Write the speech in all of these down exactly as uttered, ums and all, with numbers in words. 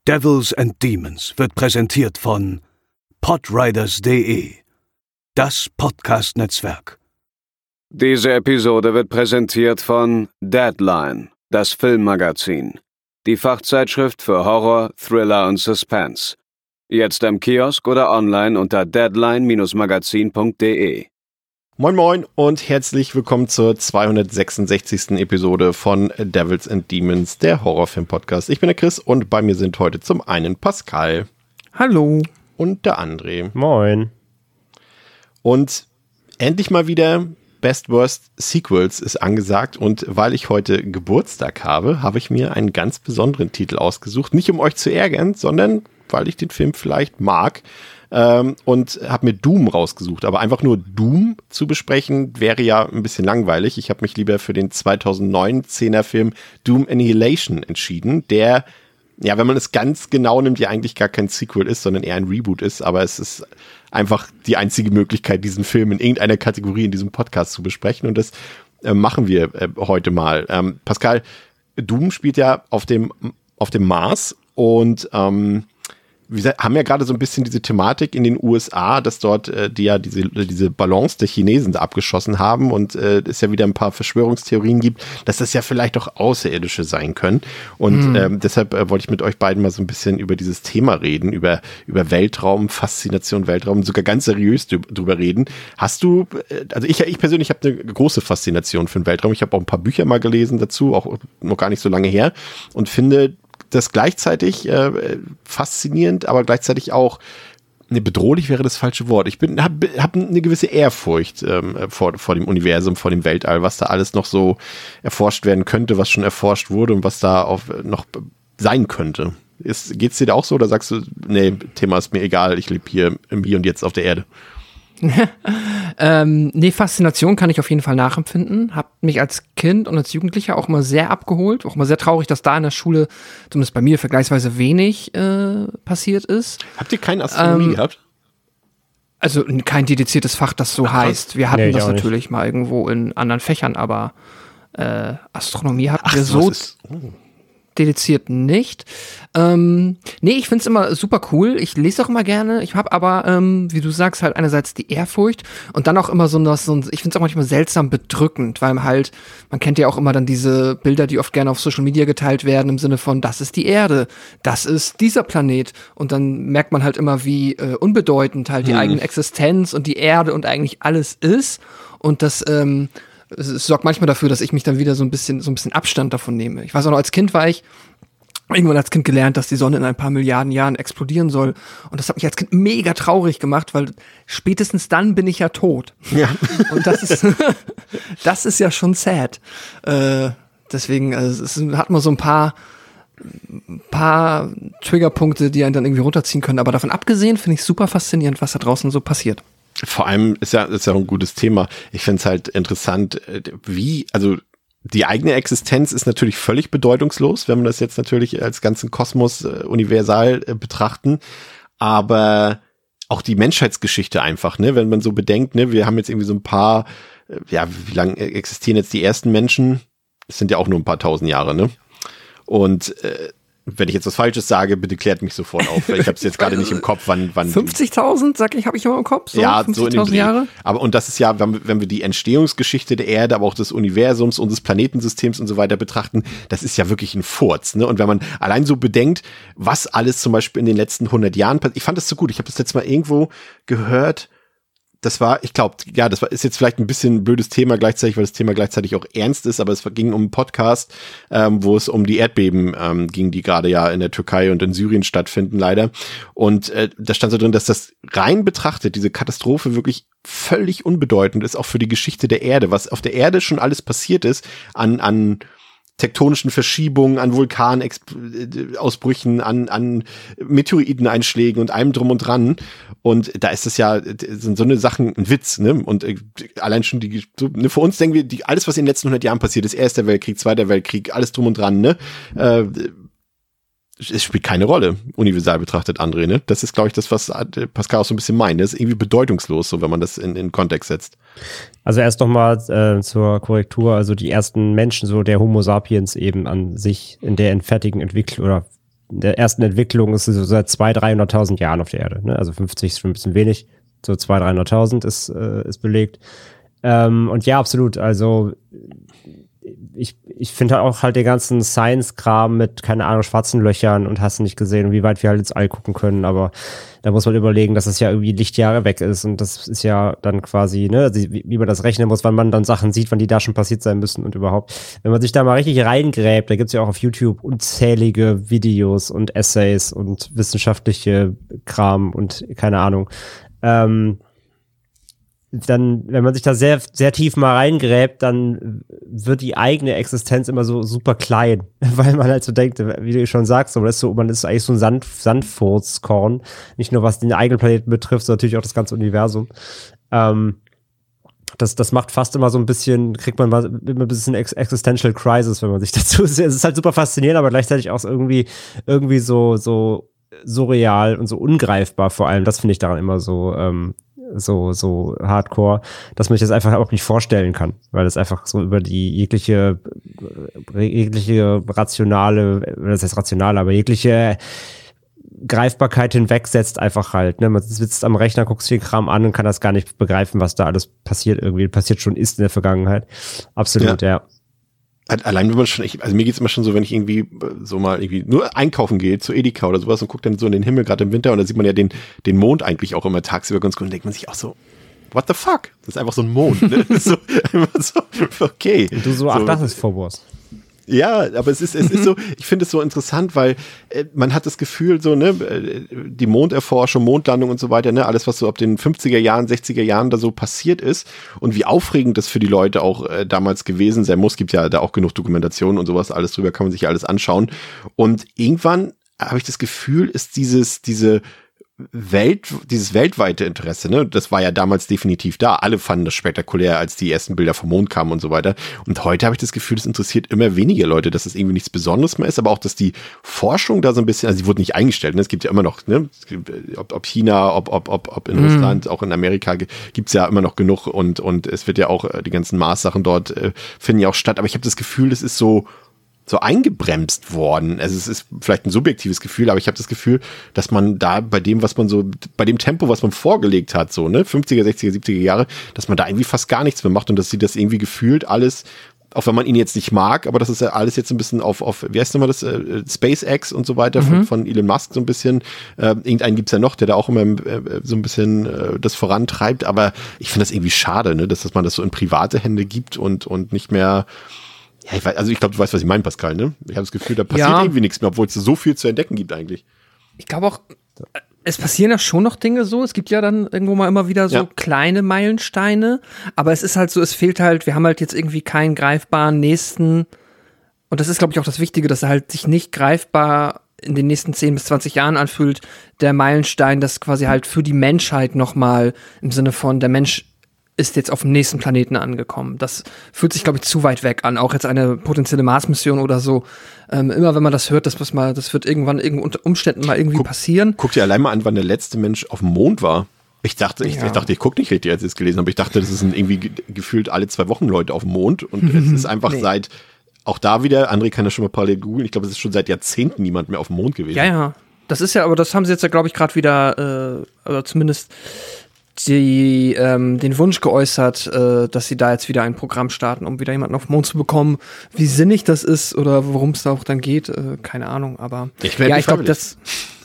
Devils and Demons wird präsentiert von podriders punkt de, das Podcast-Netzwerk. Diese Episode wird präsentiert von Deadline, das Filmmagazin, die Fachzeitschrift für Horror, Thriller und Suspense. Jetzt im Kiosk oder online unter deadline Bindestrich magazin punkt de. Moin Moin und herzlich willkommen zur zweihundertsechsundsechzigsten Episode von Devils and Demons, der Horrorfilm-Podcast. Ich bin der Chris und bei mir sind heute zum einen Pascal. Hallo. Und der André. Moin. Und endlich mal wieder Best Worst Sequels ist angesagt und weil ich heute Geburtstag habe, habe ich mir einen ganz besonderen Titel ausgesucht. Nicht um euch zu ärgern, sondern weil ich den Film vielleicht mag. Ähm, und habe mir Doom rausgesucht. Aber einfach nur Doom zu besprechen, wäre ja ein bisschen langweilig. Ich habe mich lieber für den zweitausendneunzehner Film Doom Annihilation entschieden, der, ja, wenn man es ganz genau nimmt, ja eigentlich gar kein Sequel ist, sondern eher ein Reboot ist. Aber es ist einfach die einzige Möglichkeit, diesen Film in irgendeiner Kategorie in diesem Podcast zu besprechen. Und das äh, machen wir äh, heute mal. Ähm, Pascal, Doom spielt ja auf dem, auf dem Mars und ähm, wir haben ja gerade so ein bisschen diese Thematik in den U S A, dass dort äh, die ja diese, diese Ballons der Chinesen da abgeschossen haben und äh, es ja wieder ein paar Verschwörungstheorien gibt, dass das ja vielleicht auch Außerirdische sein können. Und mhm. ähm, deshalb äh, wollte ich mit euch beiden mal so ein bisschen über dieses Thema reden, über, über Weltraum, Faszination Weltraum, sogar ganz seriös drüber reden. Hast du, äh, also ich, ich persönlich habe eine große Faszination für den Weltraum. Ich habe auch ein paar Bücher mal gelesen dazu, auch noch gar nicht so lange her und finde das gleichzeitig äh, faszinierend, aber gleichzeitig auch, ne, bedrohlich wäre das falsche Wort. Ich bin habe hab eine gewisse Ehrfurcht ähm, vor, vor dem Universum, vor dem Weltall, was da alles noch so erforscht werden könnte, was schon erforscht wurde und was da auf, noch sein könnte. Ist, geht's dir da auch so oder sagst du, nee, Thema ist mir egal, ich lebe hier im Hier und Jetzt auf der Erde? ähm, nee, Faszination kann ich auf jeden Fall nachempfinden. Hab mich als Kind und als Jugendlicher auch immer sehr abgeholt. Auch immer sehr traurig, dass da in der Schule, zumindest bei mir, vergleichsweise wenig äh, passiert ist. Habt ihr keine Astronomie ähm, gehabt? Also kein dediziertes Fach, das so Ach, heißt. Wir hatten nee, das natürlich nicht. Mal irgendwo in anderen Fächern, aber äh, Astronomie hatten Ach, wir so ist, oh. dediziert nicht. Ähm, nee, ich find's immer super cool. Ich lese auch immer gerne. Ich habe aber, ähm, wie du sagst, halt einerseits die Ehrfurcht und dann auch immer so, ein, so ein ich find's auch manchmal seltsam bedrückend, weil halt, man kennt ja auch immer dann diese Bilder, die oft gerne auf Social Media geteilt werden, im Sinne von, das ist die Erde, das ist dieser Planet. Und dann merkt man halt immer, wie äh, unbedeutend halt die hm. eigene Existenz und die Erde und eigentlich alles ist. Und das, ähm, es sorgt manchmal dafür, dass ich mich dann wieder so ein bisschen, so ein bisschen Abstand davon nehme. Ich weiß auch noch, als Kind war ich irgendwann als Kind gelernt, dass die Sonne in ein paar Milliarden Jahren explodieren soll. Und das hat mich als Kind mega traurig gemacht, weil spätestens dann bin ich ja tot. Ja. Und das ist, das ist ja schon sad. Äh, deswegen, also es hat man so ein paar, paar Triggerpunkte, die einen dann irgendwie runterziehen können. Aber davon abgesehen finde ich super faszinierend, was da draußen so passiert. Vor allem ist ja, ist ja ein gutes Thema. Ich finde es halt interessant, wie, also die eigene Existenz ist natürlich völlig bedeutungslos, wenn man das jetzt natürlich als ganzen Kosmos äh, universal äh, betrachten, aber auch die Menschheitsgeschichte einfach, ne, wenn man so bedenkt, ne, wir haben jetzt irgendwie so ein paar, äh, ja, wie lange existieren jetzt die ersten Menschen? Das sind ja auch nur ein paar tausend Jahre, ne? Und äh, wenn ich jetzt was Falsches sage, bitte klärt mich sofort auf. Ich habe es jetzt gerade nicht im Kopf, wann... wann fünfzigtausend, sag ich, habe ich immer im Kopf? So, ja, so in dem Dreh. Jahre? Aber und das ist ja, wenn, wenn wir die Entstehungsgeschichte der Erde, aber auch des Universums, unseres Planetensystems und so weiter betrachten, das ist ja wirklich ein Furz. Ne? Und wenn man allein so bedenkt, was alles zum Beispiel in den letzten hundert Jahren passiert, ich fand das so gut, ich habe das letztes Mal irgendwo gehört, das war, ich glaube, ja, das war, ist jetzt vielleicht ein bisschen ein blödes Thema gleichzeitig, weil das Thema gleichzeitig auch ernst ist, aber es ging um einen Podcast, ähm, wo es um die Erdbeben ähm, ging, die gerade ja in der Türkei und in Syrien stattfinden, leider. Und äh, da stand so drin, dass das rein betrachtet, diese Katastrophe wirklich völlig unbedeutend ist, auch für die Geschichte der Erde, was auf der Erde schon alles passiert ist, an, an tektonischen Verschiebungen, an Vulkanausbrüchen, an, an Meteoriteneinschlägen und allem drum und dran. Und da ist es ja, sind so eine Sachen ein Witz, ne? Und äh, allein schon die, so, ne, für uns denken wir, die, alles, was in den letzten hundert Jahren passiert ist, Erster Weltkrieg, Zweiter Weltkrieg, alles drum und dran, ne? Äh, es spielt keine Rolle, universal betrachtet, André, ne? Das ist, glaube ich, das, was Pascal auch so ein bisschen meint. Das ist irgendwie bedeutungslos, so wenn man das in, in Kontext setzt. Also erst nochmal äh, zur Korrektur, also die ersten Menschen, so der Homo sapiens eben an sich in der fertigen Entwicklung oder in der ersten Entwicklung ist es so seit zweihunderttausend, dreihunderttausend Jahren auf der Erde. Ne? Also fünfzig ist schon ein bisschen wenig. So zweihunderttausend, dreihunderttausend ist, äh, ist belegt. Ähm, und ja, absolut. Also ich, ich finde auch halt den ganzen Science-Kram mit, keine Ahnung, schwarzen Löchern und hast du nicht gesehen, wie weit wir halt ins All gucken können, aber da muss man überlegen, dass es ja irgendwie Lichtjahre weg ist und das ist ja dann quasi, ne, wie, wie man das rechnen muss, wann man dann Sachen sieht, wann die da schon passiert sein müssen und überhaupt. Wenn man sich da mal richtig reingräbt, da gibt's ja auch auf YouTube unzählige Videos und Essays und wissenschaftliche Kram und keine Ahnung. Ähm, dann, wenn man sich da sehr, sehr tief mal reingräbt, dann wird die eigene Existenz immer so super klein, weil man halt so denkt, wie du schon sagst, man ist so, man ist eigentlich so ein Sand, Sandfurzkorn, nicht nur was den eigenen Planeten betrifft, sondern natürlich auch das ganze Universum. Ähm, das, das macht fast immer so ein bisschen, kriegt man mal immer ein bisschen Existential Crisis, wenn man sich dazu, es ist halt super faszinierend, aber gleichzeitig auch irgendwie, irgendwie so, so surreal und so ungreifbar vor allem, das finde ich daran immer so, ähm, so so hardcore, dass man sich das einfach auch nicht vorstellen kann, weil das einfach so über die jegliche jegliche rationale, das heißt rationale, aber jegliche Greifbarkeit hinwegsetzt einfach halt, ne, man sitzt am Rechner, guckt sich den Kram an und kann das gar nicht begreifen, was da alles passiert irgendwie, passiert schon ist in der Vergangenheit. Absolut, ja. ja. Allein wenn man schon, ich, also mir geht's immer schon so, wenn ich irgendwie so mal irgendwie nur einkaufen gehe, zu Edeka oder sowas und gucke dann so in den Himmel, gerade im Winter, und da sieht man ja den, den Mond eigentlich auch immer tagsüber ganz gut und denkt man sich auch so, what the fuck? Das ist einfach so ein Mond, ne? so, einfach so, okay. Und du so, ach, so, das ist Phobos. Ja, aber es ist, es ist so, ich finde es so interessant, weil äh, man hat das Gefühl, so, ne, die Monderforschung, Mondlandung und so weiter, ne, alles, was so ab den fünfziger Jahren, sechziger Jahren da so passiert ist und wie aufregend das für die Leute auch äh, damals gewesen sein muss, gibt ja da auch genug Dokumentation und sowas, alles drüber kann man sich ja alles anschauen. Und irgendwann habe ich das Gefühl, ist dieses, diese Welt, dieses weltweite Interesse, ne, das war ja damals definitiv da. Alle fanden das spektakulär, als die ersten Bilder vom Mond kamen und so weiter. Und heute habe ich das Gefühl, es interessiert immer weniger Leute, dass es irgendwie nichts Besonderes mehr ist, aber auch, dass die Forschung da so ein bisschen, also sie wurde nicht eingestellt, ne, es gibt ja immer noch, ne, ob, ob China, ob, ob, ob, ob in mhm. Russland, auch in Amerika gibt's ja immer noch genug und, und es wird ja auch, die ganzen Mars-Sachen dort äh, finden ja auch statt, aber ich habe das Gefühl, es ist so, so eingebremst worden. Also es ist vielleicht ein subjektives Gefühl, aber ich habe das Gefühl, dass man da bei dem, was man so, bei dem Tempo, was man vorgelegt hat, so, ne, fünfziger, sechziger, siebziger Jahre, dass man da irgendwie fast gar nichts mehr macht und dass sie das irgendwie gefühlt alles, auch wenn man ihn jetzt nicht mag, aber das ist ja alles jetzt ein bisschen auf, auf wie heißt denn mal das, äh, SpaceX und so weiter, mhm. von, von Elon Musk so ein bisschen, äh, irgendeinen gibt's ja noch, der da auch immer äh, so ein bisschen äh, das vorantreibt, aber ich finde das irgendwie schade, ne, dass, dass man das so in private Hände gibt und, und nicht mehr. Ja, ich weiß, also ich glaube, du weißt, was ich meine, Pascal, ne? Ich habe das Gefühl, da passiert ja irgendwie nichts mehr, obwohl es so viel zu entdecken gibt eigentlich. Ich glaube auch, es passieren ja schon noch Dinge so. Es gibt ja dann irgendwo mal immer wieder so ja. kleine Meilensteine. Aber es ist halt so, es fehlt halt, wir haben halt jetzt irgendwie keinen greifbaren nächsten. Und das ist, glaube ich, auch das Wichtige, dass er halt sich nicht greifbar in den nächsten zehn bis zwanzig Jahren anfühlt. Der Meilenstein, das quasi halt für die Menschheit nochmal im Sinne von, der Mensch ist jetzt auf dem nächsten Planeten angekommen. Das fühlt sich, glaube ich, zu weit weg an. Auch jetzt eine potenzielle Mars-Mission oder so. Ähm, immer wenn man das hört, das muss mal, das wird irgendwann unter Umständen mal irgendwie guck, passieren. Guck dir allein mal an, wann der letzte Mensch auf dem Mond war. Ich dachte, ich, ja. ich dachte, ich gucke nicht richtig, als ich es gelesen habe. Ich dachte, das sind irgendwie ge- gefühlt alle zwei Wochen Leute auf dem Mond. Und es ist einfach nee. seit, auch da wieder, André kann das schon mal parallel googeln, ich glaube, es ist schon seit Jahrzehnten niemand mehr auf dem Mond gewesen. Ja, ja. Das ist ja, aber das haben sie jetzt ja, glaube ich, gerade wieder, äh, oder zumindest die ähm, den Wunsch geäußert, äh, dass sie da jetzt wieder ein Programm starten, um wieder jemanden auf den Mond zu bekommen. Wie sinnig das ist oder worum es da auch dann geht, äh, keine Ahnung. Aber ich ja, ich glaube, das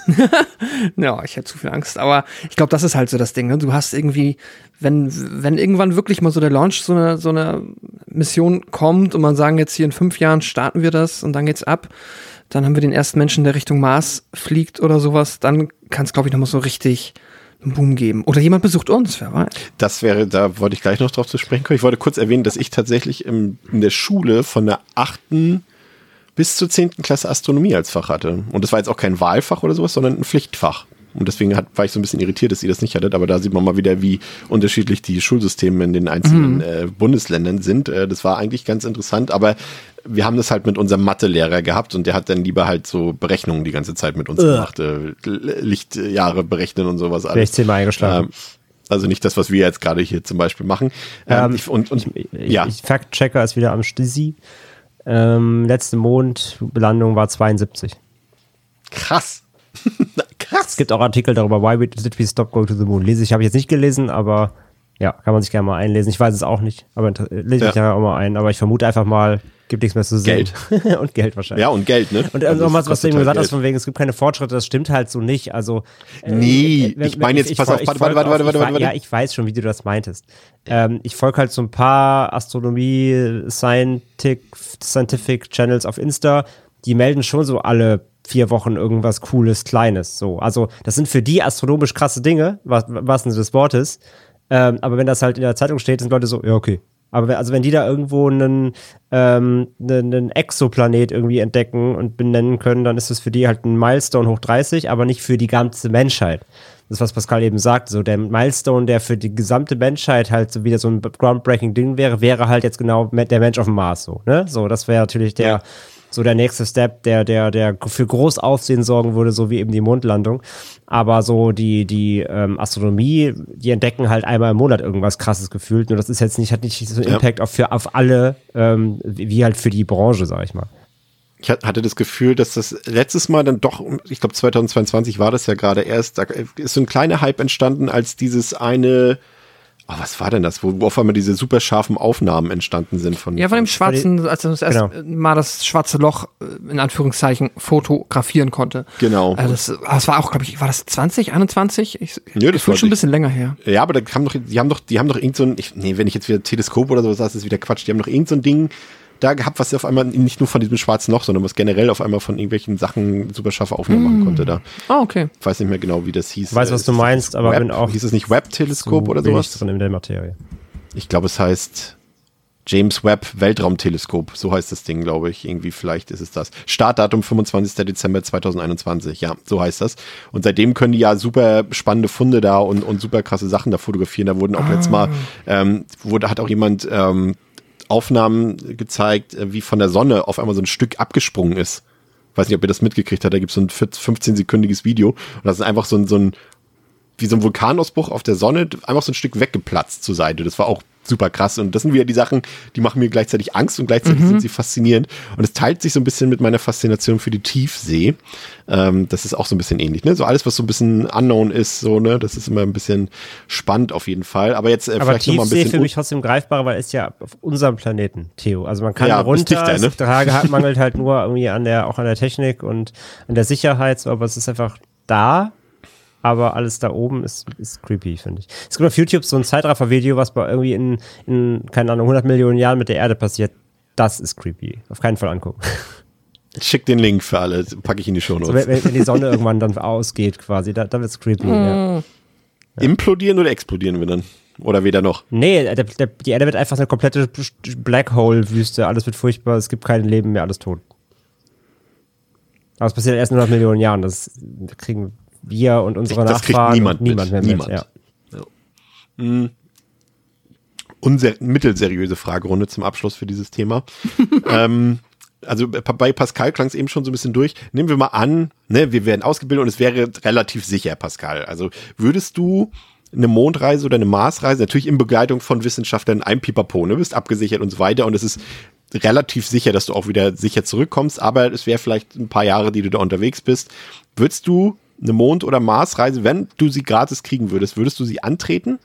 ja, ich hätte zu viel Angst. Aber ich glaube, das ist halt so das Ding. Ne? Du hast irgendwie, wenn wenn irgendwann wirklich mal so der Launch so eine so eine Mission kommt und man sagen jetzt hier in fünf Jahren starten wir das und dann geht's ab, dann haben wir den ersten Menschen, der Richtung Mars fliegt oder sowas. Dann kann es, glaube ich, noch mal so richtig einen Boom geben. Oder jemand besucht uns, wer weiß. Das wäre, da wollte ich gleich noch drauf zu sprechen kommen. Ich wollte kurz erwähnen, dass ich tatsächlich im, in der Schule von der achten bis zur zehnten Klasse Astronomie als Fach hatte. Und das war jetzt auch kein Wahlfach oder sowas, sondern ein Pflichtfach. Und deswegen hat, war ich so ein bisschen irritiert, dass ihr das nicht hattet. Aber da sieht man mal wieder, wie unterschiedlich die Schulsysteme in den einzelnen mhm. äh, Bundesländern sind. Äh, das war eigentlich ganz interessant. Aber wir haben das halt mit unserem Mathelehrer gehabt und der hat dann lieber halt so Berechnungen die ganze Zeit mit uns Ugh. gemacht. Äh, Lichtjahre berechnen und sowas alles. Vielleicht zehnmal eingeschlagen. Ähm, also nicht das, was wir jetzt gerade hier zum Beispiel machen. Ähm, ähm, ich, und, und, ich, ich, ja. ich Fact-Checker ist wieder am Stisi. Ähm, letzte Mondlandung war zweiundsiebzig. Krass. Krass. Es gibt auch Artikel darüber, why did we stop going to the moon? Lese ich, habe ich jetzt nicht gelesen, aber ja, kann man sich gerne mal einlesen. Ich weiß es auch nicht, aber lese ich ja auch mal ein. Aber ich vermute einfach mal, gibt nichts mehr zu sehen. Geld. Und Geld wahrscheinlich. Ja, und Geld, ne? Und also nochmal, was du eben gesagt hast, von wegen, es gibt keine Fortschritte, das stimmt halt so nicht. Also, äh, nee, äh, ich meine jetzt, ich, pass auf, warte, warte, warte, warte, warte, warte. Ja, ich weiß schon, wie du das meintest. Ähm, ich folge halt so ein paar Astronomie, Scientific, Scientific Channels auf Insta, die melden schon so alle vier Wochen irgendwas Cooles, Kleines. So. Also, das sind für die astronomisch krasse Dinge, was, was denn des Wortes. Ähm, aber wenn das halt in der Zeitung steht, sind Leute so, ja, okay. Aber wenn, also wenn die da irgendwo einen, ähm, einen, einen Exoplanet irgendwie entdecken und benennen können, dann ist das für die halt ein Milestone hoch dreißig, aber nicht für die ganze Menschheit. Das ist, was Pascal eben sagt. So der Milestone, der für die gesamte Menschheit halt so wieder so ein groundbreaking Ding wäre, wäre halt jetzt genau der Mensch auf dem Mars. So, ne? So, das wäre natürlich der, ja. so der nächste Step, der, der, der für groß Aufsehen sorgen würde, so wie eben die Mondlandung. Aber so die, die ähm, Astronomie, die entdecken halt einmal im Monat irgendwas Krasses gefühlt. Nur das ist jetzt nicht, hat nicht so einen Impact ja. auf, für, auf alle, ähm, wie halt für die Branche, sag ich mal. Ich hatte das Gefühl, dass das letztes Mal dann doch, ich glaube zweitausendzweiundzwanzig war das ja gerade erst, da ist so ein kleiner Hype entstanden, als dieses eine, oh, was war denn das, wo, wo auf einmal diese super scharfen Aufnahmen entstanden sind von. Ja, von dem schwarzen, als er das erst genau. mal das schwarze Loch, in Anführungszeichen, fotografieren konnte. Genau. Also das, das war auch, glaube ich, war das zwanzig, einundzwanzig? Ich, ja, das war schon ein bisschen länger her. Ja, aber da haben doch, die haben doch, die haben doch irgend so ein, ich, nee, wenn ich jetzt wieder Teleskop oder sowas sage, ist das wieder Quatsch. Die haben doch irgend so ein Ding da gehabt, was auf einmal nicht nur von diesem schwarzen Loch, sondern was generell auf einmal von irgendwelchen Sachen super scharfe Aufnahmen mm. machen konnte da. Ah, oh, okay. Ich weiß nicht mehr genau, wie das hieß. Ich weiß, was du meinst, aber Web, bin auch. Hieß es nicht Webb-Teleskop so oder sowas? Drin in der Materie. Ich glaube, es heißt James Webb Weltraumteleskop. So heißt das Ding, glaube ich. Irgendwie, vielleicht ist es das. Startdatum fünfundzwanzigster Dezember zweitausendeinundzwanzig. Ja, so heißt das. Und seitdem können die ja super spannende Funde da und, und super krasse Sachen da fotografieren. Da wurden auch ah. letztes Mal, ähm, wurde, hat auch jemand ähm, Aufnahmen gezeigt, wie von der Sonne auf einmal so ein Stück abgesprungen ist. Weiß nicht, ob ihr das mitgekriegt habt. Da gibt es so ein fünfzehnsekündiges Video. Und das ist einfach so ein, so ein, wie so ein Vulkanausbruch auf der Sonne, einfach so ein Stück weggeplatzt zur Seite. Das war auch super krass. Und das sind wieder die Sachen, die machen mir gleichzeitig Angst und gleichzeitig mhm. sind sie faszinierend. Und es teilt sich so ein bisschen mit meiner Faszination für die Tiefsee. Ähm, das ist auch so ein bisschen ähnlich, ne? So alles, was so ein bisschen unknown ist, so, ne? Das ist immer ein bisschen spannend auf jeden Fall. Aber jetzt äh, Aber vielleicht noch mal ein bisschen. Tiefsee für mich trotzdem greifbarer, weil es ja auf unserem Planeten, Theo. Also man kann ja, runter, dichter, ne? Frage hat, mangelt halt nur irgendwie an der, auch an der Technik und an der Sicherheit, so, aber es ist einfach da. Aber alles da oben ist, ist creepy, finde ich. Es gibt auf YouTube so ein Zeitraffer-Video, was bei irgendwie in, in, keine Ahnung, hundert Millionen Jahren mit der Erde passiert. Das ist creepy. Auf keinen Fall angucken. Schick den Link für alle, packe ich in die Shownotes. So, wenn, wenn die Sonne irgendwann dann ausgeht quasi, da, da wird's creepy. Mm. Ja. Ja. Implodieren oder explodieren wir dann? Oder weder noch? Nee, der, der, die Erde wird einfach eine komplette Black Hole-Wüste. Alles wird furchtbar, es gibt kein Leben mehr, alles tot. Aber es passiert erst in hundert Millionen Jahren. Das kriegen wir und unsere das Nachfahren niemand, niemand mehr niemand. mit. Ja. Ja. Mhm. Unser, mittelseriöse Fragerunde zum Abschluss für dieses Thema. ähm, also bei Pascal klang es eben schon so ein bisschen durch. Nehmen wir mal an, ne, wir werden ausgebildet und es wäre relativ sicher, Pascal. Also würdest du eine Mondreise oder eine Marsreise, natürlich in Begleitung von Wissenschaftlern, ein Pipapo, ne, bist abgesichert und so weiter und es ist relativ sicher, dass du auch wieder sicher zurückkommst, aber es wäre vielleicht ein paar Jahre, die du da unterwegs bist. Würdest du eine Mond- oder Marsreise, wenn du sie gratis kriegen würdest, würdest du sie antreten?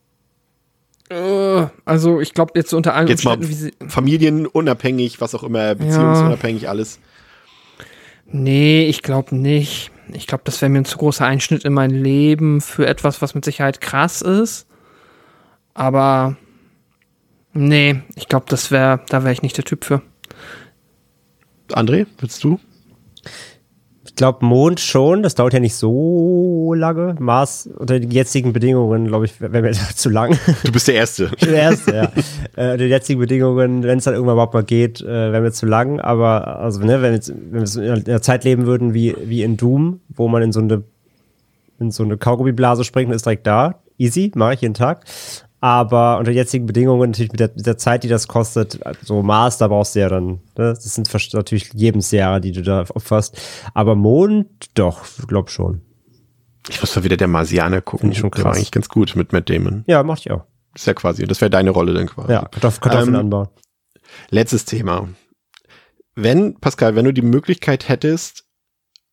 Uh, also ich glaube jetzt unter allen jetzt mal wie sie familienunabhängig, was auch immer, beziehungsunabhängig, ja. alles. Nee, ich glaube nicht. Ich glaube, das wäre mir ein zu großer Einschnitt in mein Leben für etwas, was mit Sicherheit krass ist. Aber nee, ich glaube, das wäre, da wäre ich nicht der Typ für. André, willst du? Ich glaube, Mond schon, das dauert ja nicht so lange. Mars unter den jetzigen Bedingungen, glaube ich, wäre mir zu lang. Du bist der Erste. Der Erste, ja. äh, unter den jetzigen Bedingungen, wenn es dann irgendwann überhaupt mal geht, äh, wäre mir zu lang. Aber also, ne, wenn, jetzt, wenn wir in einer Zeit leben würden wie, wie in Doom, wo man in so eine, in so eine Kaugummiblase springt und ist direkt da. Easy, mache ich jeden Tag. Aber unter jetzigen Bedingungen, natürlich mit der, mit der Zeit, die das kostet, so Mars, da brauchst du ja dann, ne? Das sind natürlich Lebensjahre, die du da opferst. Aber Mond, doch, glaub schon. Ich muss mal wieder der Marsianer gucken. Schon krass. Der war eigentlich ganz gut mit Matt Damon. Ja, mach ich auch. Das ist ja quasi, das wäre deine Rolle dann quasi. Ja, Kartoff- Kartoffeln ähm, anbauen. Letztes Thema. Wenn, Pascal, wenn du die Möglichkeit hättest,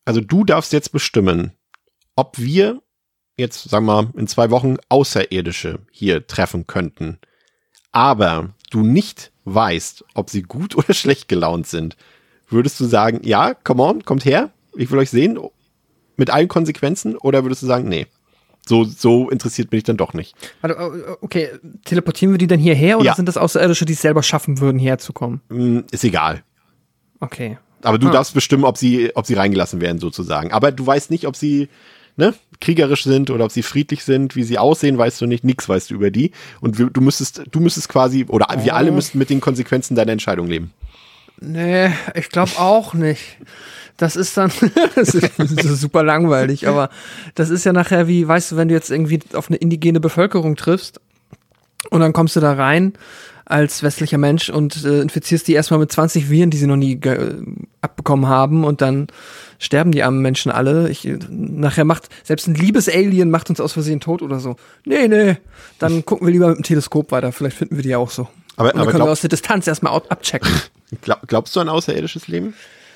also du darfst jetzt bestimmen, ob wir jetzt, sagen wir mal, in zwei Wochen Außerirdische hier treffen könnten, aber du nicht weißt, ob sie gut oder schlecht gelaunt sind, würdest du sagen, ja, come on, kommt her, ich will euch sehen, mit allen Konsequenzen, oder würdest du sagen, nee, so, so interessiert bin ich dann doch nicht? Warte, okay, teleportieren wir die dann hierher, oder Ja. sind das Außerirdische, die es selber schaffen würden, hierher zu kommen? Hm, ist egal. Okay. Aber du Ah. darfst bestimmen, ob sie, ob sie reingelassen werden, sozusagen. Aber du weißt nicht, ob sie ne, kriegerisch sind oder ob sie friedlich sind, wie sie aussehen, weißt du nicht, nix weißt du über die. Und wir, du müsstest, du müsstest quasi, oder wir alle müssten mit den Konsequenzen deiner Entscheidung leben. Nee, ich glaube auch nicht. Das ist dann, das ist, das ist super langweilig, aber das ist ja nachher wie, weißt du, wenn du jetzt irgendwie auf eine indigene Bevölkerung triffst und dann kommst du da rein als westlicher Mensch und äh, infizierst die erstmal mit zwanzig Viren, die sie noch nie ge- abbekommen haben, und dann sterben die armen Menschen alle. Ich, nachher macht, selbst ein liebes Alien macht uns aus Versehen tot oder so. Nee, nee, dann gucken wir lieber mit dem Teleskop weiter, vielleicht finden wir die ja auch so. Aber, und dann aber können glaub, wir aus der Distanz erstmal out- abchecken. glaub, glaubst du an außerirdisches Leben?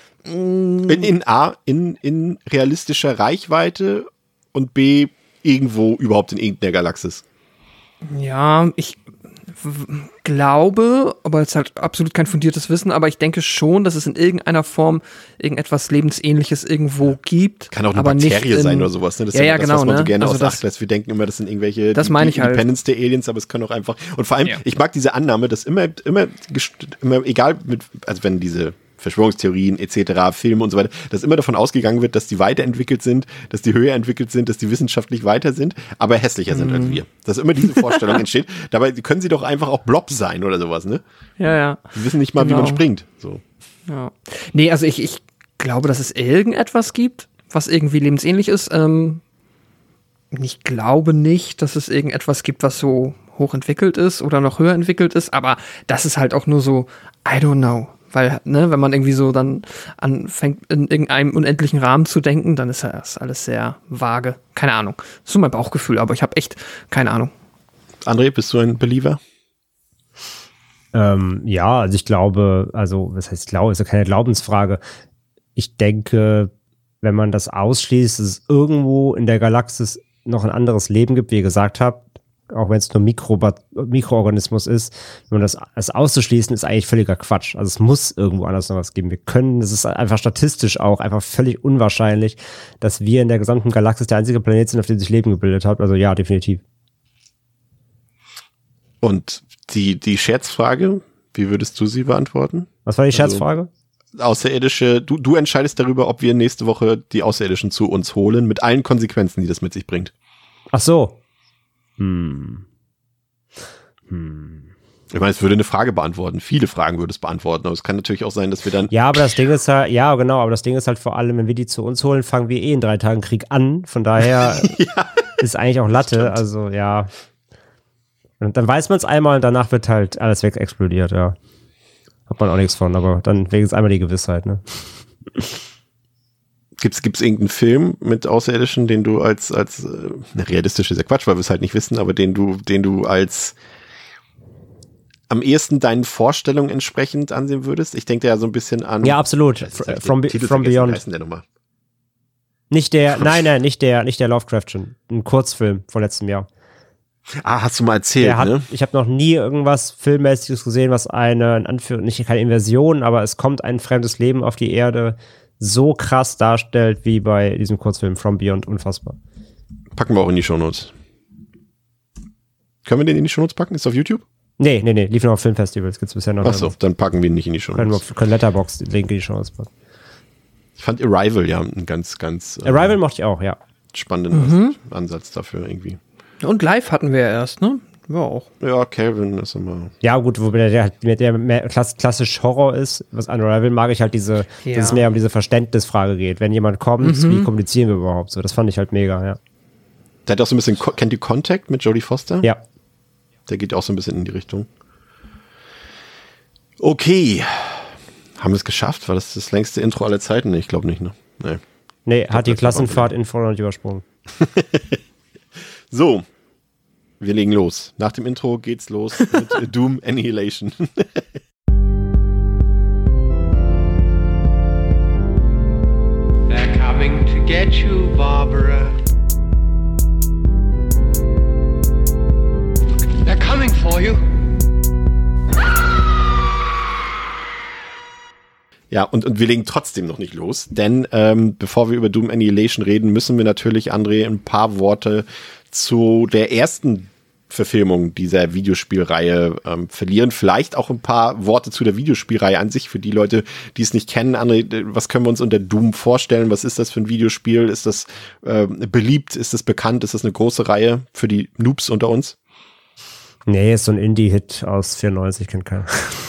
In, in A, in, in realistischer Reichweite und B, irgendwo überhaupt in irgendeiner Galaxis? Ja, ich w- glaube, aber jetzt halt absolut kein fundiertes Wissen, aber ich denke schon, dass es in irgendeiner Form irgendetwas Lebensähnliches irgendwo gibt. Kann auch eine aber Bakterie nicht in, sein oder sowas. Ne? Das ja, ist ja, das, genau, was man so ne? gerne Also außer das- Acht lässt. Wir denken immer, das sind irgendwelche Das die, meine die ich halt. Independence der Aliens, aber es können auch einfach. Und vor allem, Ja. ich mag diese Annahme, dass immer, immer, gest- immer egal mit, also wenn diese Verschwörungstheorien et cetera, Filme und so weiter, dass immer davon ausgegangen wird, dass die weiterentwickelt sind, dass die höher entwickelt sind, dass die wissenschaftlich weiter sind, aber hässlicher sind Mhm. als wir. Dass immer diese Vorstellung entsteht. Dabei können sie doch einfach auch Blob sein oder sowas, ne? Ja, ja. Die wissen nicht mal, Genau. wie man springt. So. Ja. Nee, also ich, ich glaube, dass es irgendetwas gibt, was irgendwie lebensähnlich ist. Ähm, ich glaube nicht, dass es irgendetwas gibt, was so hochentwickelt ist oder noch höher entwickelt ist, aber das ist halt auch nur so, I don't know. Weil, ne, wenn man irgendwie so dann anfängt, in irgendeinem unendlichen Rahmen zu denken, dann ist ja das alles sehr vage. Keine Ahnung. Das ist so mein Bauchgefühl, aber ich habe echt keine Ahnung. André, bist du ein Believer? Ähm, ja, also ich glaube, also was heißt glaube, ist ja keine Glaubensfrage. Ich denke, wenn man das ausschließt, dass es irgendwo in der Galaxis noch ein anderes Leben gibt, wie ihr gesagt habt, auch wenn es nur Mikrobat- Mikroorganismus ist, wenn man das, das auszuschließen, ist eigentlich völliger Quatsch. Also es muss irgendwo anders noch was geben. Wir können, das ist einfach statistisch auch einfach völlig unwahrscheinlich, dass wir in der gesamten Galaxis der einzige Planet sind, auf dem sich Leben gebildet hat. Also ja, definitiv. Und die, die Scherzfrage, wie würdest du sie beantworten? Was war die Also- Scherzfrage? Außerirdische, du, du entscheidest darüber, ob wir nächste Woche die Außerirdischen zu uns holen, mit allen Konsequenzen, die das mit sich bringt. Ach so. Hm. Hm. Ich meine, es würde eine Frage beantworten. Viele Fragen würde es beantworten, aber es kann natürlich auch sein, dass wir dann. Ja, aber das Ding ist halt, ja, genau, aber das Ding ist halt vor allem, wenn wir die zu uns holen, fangen wir eh in drei Tagen Krieg an. Von daher ist eigentlich auch Latte. Stimmt. Also, ja. Und dann weiß man es einmal und danach wird halt alles weg explodiert, ja. Hat man auch nichts von, aber dann wenigstens einmal die Gewissheit, ne? Gibt's, gibt's irgendeinen Film mit Außerirdischen, den du als, als, äh, realistisch ist ja Quatsch, weil wir es halt nicht wissen, aber den du, den du als am ehesten deinen Vorstellungen entsprechend ansehen würdest? Ich denke ja so ein bisschen an. Ja, absolut. Scheiße, jetzt hab ich From, den Titel from vergessen. Wie Beyond. heißt denn der nochmal? Nicht der, nein, nein, nicht der, nicht der Lovecraftchen. Ein Kurzfilm von letztem Jahr. Ah, hast du mal erzählt, Der hat, ne? Ich habe noch nie irgendwas Filmmäßiges gesehen, was eine, in Anführungszeichen, nicht keine Inversion, aber es kommt ein fremdes Leben auf die Erde so krass darstellt, wie bei diesem Kurzfilm From Beyond. Unfassbar. Packen wir auch in die Shownotes. Können wir den in die Shownotes packen? Ist auf YouTube? Nee, nee, nee, lief nur auf Filmfestivals, gibt's bisher noch Ach so, dann packen wir ihn nicht in die Können, Shownotes. wir- können Letterboxd den Link in die Shownotes packen. Ich fand Arrival ja einen ganz, ganz äh, Arrival mochte ich auch, ja. spannenden Mhm. Ansatz dafür irgendwie. Und live hatten wir ja erst, ne? Ja, auch. Ja, Calvin ist immer. Ja, gut, wobei der, der, der mehr klass, klassisch Horror ist, was an Arrival mag ich halt diese, Ja. dass es mehr um diese Verständnisfrage geht. Wenn jemand kommt, wie kommunizieren wir überhaupt so? Das fand ich halt mega, ja. Der hat auch so ein bisschen, Co- kennt ihr Contact mit Jodie Foster? Ja. Der geht auch so ein bisschen in die Richtung. Okay. Haben wir es geschafft? War das das längste Intro aller Zeiten? Ich glaube nicht, ne? Nee. Nee, hat die das war Klassenfahrt in Vorderland übersprungen. So. Wir legen los. Nach dem Intro geht's los mit Doom Annihilation. They're coming Barbara. They're coming for you. Ja, und, und wir legen trotzdem noch nicht los, denn ähm, bevor wir über Doom Annihilation reden, müssen wir natürlich, André, ein paar Worte zu der ersten Verfilmung dieser Videospielreihe ähm, verlieren. Vielleicht auch ein paar Worte zu der Videospielreihe an sich, für die Leute, die es nicht kennen. André, was können wir uns unter Doom vorstellen? Was ist das für ein Videospiel? Ist das äh, beliebt? Ist das bekannt? Ist das eine große Reihe für die Noobs unter uns? Nee, ist so ein Indie-Hit aus vierundneunzig, kennt keiner.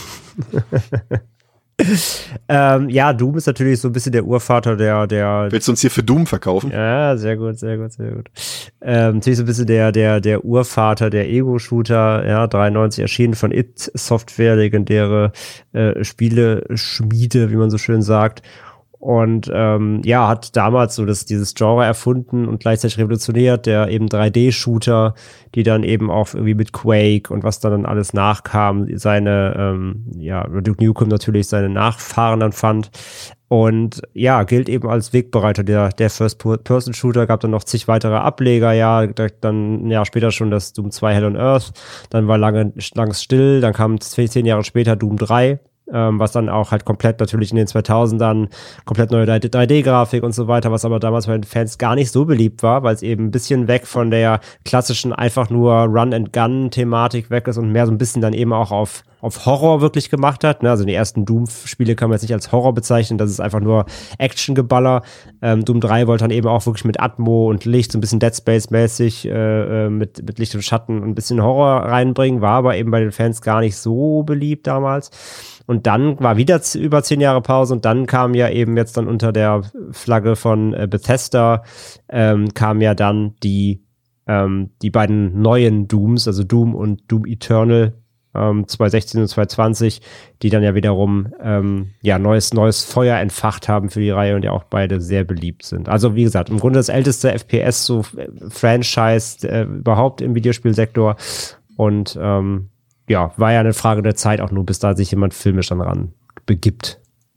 ähm, ja, Doom ist natürlich so ein bisschen der Urvater der, der. Willst du uns hier für Doom verkaufen? Ja, sehr gut, sehr gut, sehr gut. Ähm, natürlich so ein bisschen der, der, der Urvater der Ego-Shooter, ja, dreiundneunzig erschienen von id Software, legendäre äh, Spieleschmiede, wie man so schön sagt. Und ähm, ja, hat damals so das, dieses Genre erfunden und gleichzeitig revolutioniert, der eben drei D-Shooter, die dann eben auch irgendwie mit Quake und was da dann alles nachkam, seine, ähm, ja, Duke Nukem natürlich seine Nachfahren dann fand. Und ja, gilt eben als Wegbereiter der, der First-Person-Shooter, gab dann noch zig weitere Ableger, ja, dann ein Jahr später schon das Doom zwei Hell on Earth, dann war lange, lange still, dann kam zehn Jahre später Doom drei. Ähm, was dann auch halt komplett natürlich in den zweitausendern komplett neue drei D-Grafik und so weiter, was aber damals bei den Fans gar nicht so beliebt war, weil es eben ein bisschen weg von der klassischen einfach nur Run-and-Gun-Thematik weg ist und mehr so ein bisschen dann eben auch auf, auf Horror wirklich gemacht hat. Ne? Also die ersten Doom-Spiele kann man jetzt nicht als Horror bezeichnen, das ist einfach nur Action-Geballer. Ähm, Doom drei wollte dann eben auch wirklich mit Atmo und Licht, so ein bisschen Dead Space-mäßig äh, mit, mit Licht und Schatten und ein bisschen Horror reinbringen, war aber eben bei den Fans gar nicht so beliebt damals. Und dann war wieder z- über zehn Jahre Pause und dann kam ja eben jetzt dann unter der Flagge von äh, Bethesda ähm, kam ja dann die ähm, die beiden neuen Dooms, also Doom und Doom Eternal ähm, zwanzig sechzehn und zwanzig zwanzig, die dann ja wiederum ähm, ja neues neues Feuer entfacht haben für die Reihe und ja auch beide sehr beliebt sind. Also wie gesagt, im Grunde das älteste F P S so äh, Franchise äh, überhaupt im Videospielsektor und ähm, ja, war ja eine Frage der Zeit auch nur, bis da sich jemand filmisch dann ran begibt.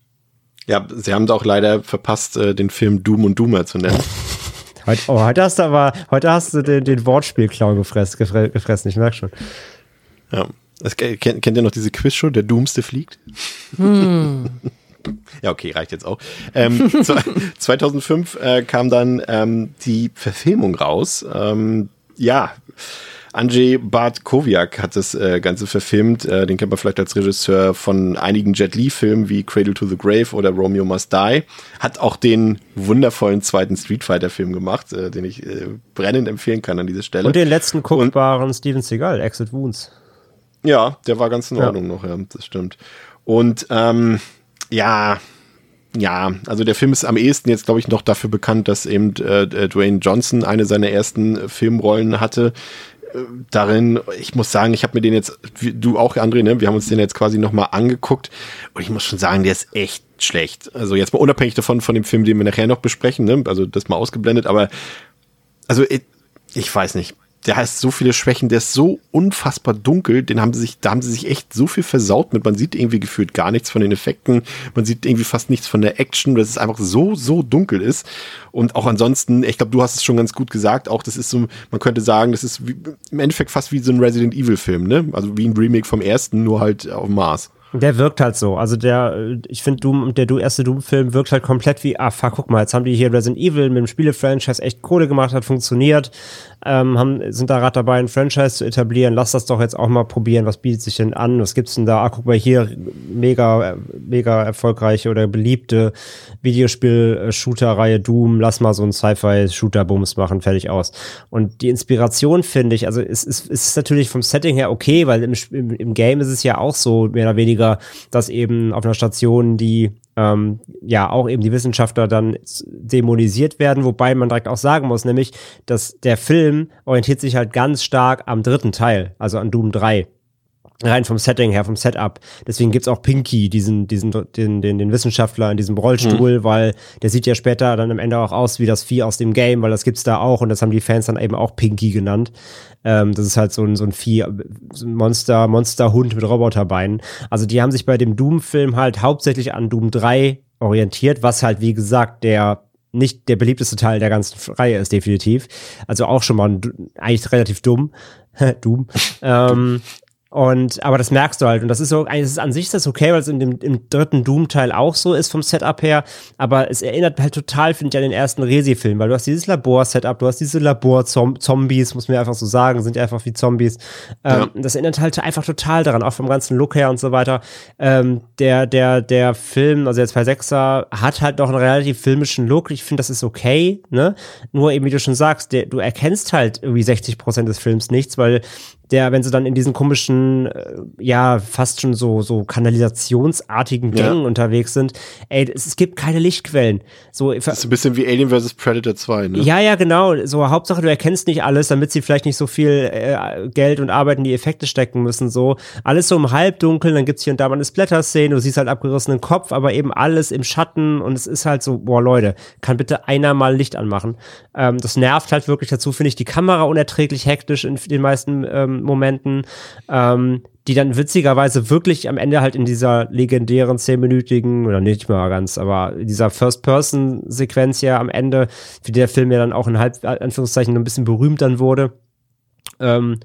Ja, sie haben es auch leider verpasst, äh, den Film Doom und Doomer zu nennen. Heute, oh, heute hast du aber, heute hast du den, den Wortspielclown gefressen, gefre- gefressen, ich merke schon. Ja. Das, kennt, kennt ihr noch diese Quizshow, der Doomste fliegt? Hm. Ja, okay, reicht jetzt auch. Ähm, zweitausendfünf äh, kam dann ähm, die Verfilmung raus. Ähm, ja, Andrzej Bartkowiak hat das äh, Ganze verfilmt. Äh, den kennt man vielleicht als Regisseur von einigen Jet Li-Filmen wie Cradle to the Grave oder Romeo Must Die. Hat auch den wundervollen zweiten Street Fighter-Film gemacht, äh, den ich äh, brennend empfehlen kann an dieser Stelle. Und den letzten guckbaren Steven Seagal, Exit Wounds. Ja, der war ganz in Ordnung ja. noch, ja, das stimmt. Und ähm, ja, ja, also der Film ist am ehesten jetzt, glaube ich, noch dafür bekannt, dass eben äh, Dwayne Johnson eine seiner ersten Filmrollen hatte. Darin, ich muss sagen, ich habe mir den jetzt, wie du auch, André, ne, wir haben uns den jetzt quasi nochmal angeguckt und ich muss schon sagen, der ist echt schlecht. Also jetzt mal unabhängig davon, von dem Film, den wir nachher noch besprechen, ne, also das mal ausgeblendet, aber also ich, ich weiß nicht, der hat so viele Schwächen, der ist so unfassbar dunkel, den haben sie sich, da haben sie sich echt so viel versaut mit, man sieht irgendwie gefühlt gar nichts von den Effekten, man sieht irgendwie fast nichts von der Action, dass es einfach so, so dunkel ist und auch ansonsten, ich glaube, du hast es schon ganz gut gesagt, auch das ist so, man könnte sagen, das ist wie, im Endeffekt fast wie so ein Resident Evil Film, ne, also wie ein Remake vom ersten, nur halt auf dem Mars. Der wirkt halt so. Also der, ich finde Doom, der erste Doom-Film wirkt halt komplett wie, ah fuck, guck mal, jetzt haben die hier Resident Evil mit dem Spiele-Franchise echt Kohle gemacht, hat funktioniert, ähm, haben, sind da gerade dabei, ein Franchise zu etablieren, lass das doch jetzt auch mal probieren, was bietet sich denn an, was gibt's denn da, ah, guck mal hier, mega, mega erfolgreiche oder beliebte Videospiel-Shooter-Reihe Doom, lass mal so einen Sci-Fi-Shooter-Bums machen, fertig aus. Und die Inspiration, finde ich, also es ist, es ist natürlich vom Setting her okay, weil im, im, im Game ist es ja auch so, mehr oder weniger, dass eben auf einer Station die ähm, ja auch eben die Wissenschaftler dann dämonisiert werden, wobei man direkt auch sagen muss, nämlich, dass der Film orientiert sich halt ganz stark am dritten Teil, also an Doom drei. Rein vom Setting her, vom Setup. Deswegen gibt's auch Pinky, diesen, diesen, den, den, den Wissenschaftler in diesem Rollstuhl, mhm. weil der sieht ja später dann am Ende auch aus wie das Vieh aus dem Game, weil das gibt's da auch und das haben die Fans dann eben auch Pinky genannt. Ähm, das ist halt so ein, so ein Vieh, so ein Monster, Monsterhund mit Roboterbeinen. Also die haben sich bei dem Doom-Film halt hauptsächlich an Doom drei orientiert, was halt, wie gesagt, der nicht der beliebteste Teil der ganzen Reihe ist, definitiv. Also auch schon mal eigentlich relativ dumm. Doom. ähm, Und, aber das merkst du halt. Und das ist so, eigentlich ist an sich ist das okay, weil es in dem, im dritten Doom-Teil auch so ist vom Setup her. Aber es erinnert halt total, finde ich, an den ersten Resi-Film, weil du hast dieses Labor-Setup, du hast diese Labor-Zombies, muss man einfach so sagen, sind ja einfach wie Zombies. Ähm, ja. Das erinnert halt einfach total daran, auch vom ganzen Look her und so weiter. Ähm, der, der, der Film, also der zwei Komma sechser, hat halt noch einen relativ filmischen Look. Ich finde, das ist okay, ne? Nur eben, wie du schon sagst, der, du erkennst halt irgendwie sechzig Prozent des Films nichts, weil der, wenn sie dann in diesen komischen, äh, ja, fast schon so, so kanalisationsartigen Gängen ja. unterwegs sind, ey, es, es gibt keine Lichtquellen. So, das ist ein bisschen wie Alien versus. Predator zwei, ne? Ja, ja, genau. So, Hauptsache, du erkennst nicht alles, damit sie vielleicht nicht so viel äh, Geld und Arbeit in die Effekte stecken müssen, so. Alles so im Halbdunkeln, dann gibt's hier und da mal eine Splatter-Szene, du siehst halt abgerissenen Kopf, aber eben alles im Schatten und es ist halt so, boah, Leute, kann bitte einer mal Licht anmachen. Ähm, das nervt halt wirklich dazu, finde ich, die Kamera unerträglich hektisch in den meisten ähm, Momenten, ähm, die dann witzigerweise wirklich am Ende halt in dieser legendären zehnminütigen, oder nicht mal ganz, aber dieser First-Person-Sequenz ja am Ende, für die der Film ja dann auch in halb, Anführungszeichen, ein bisschen berühmt dann wurde, ähm,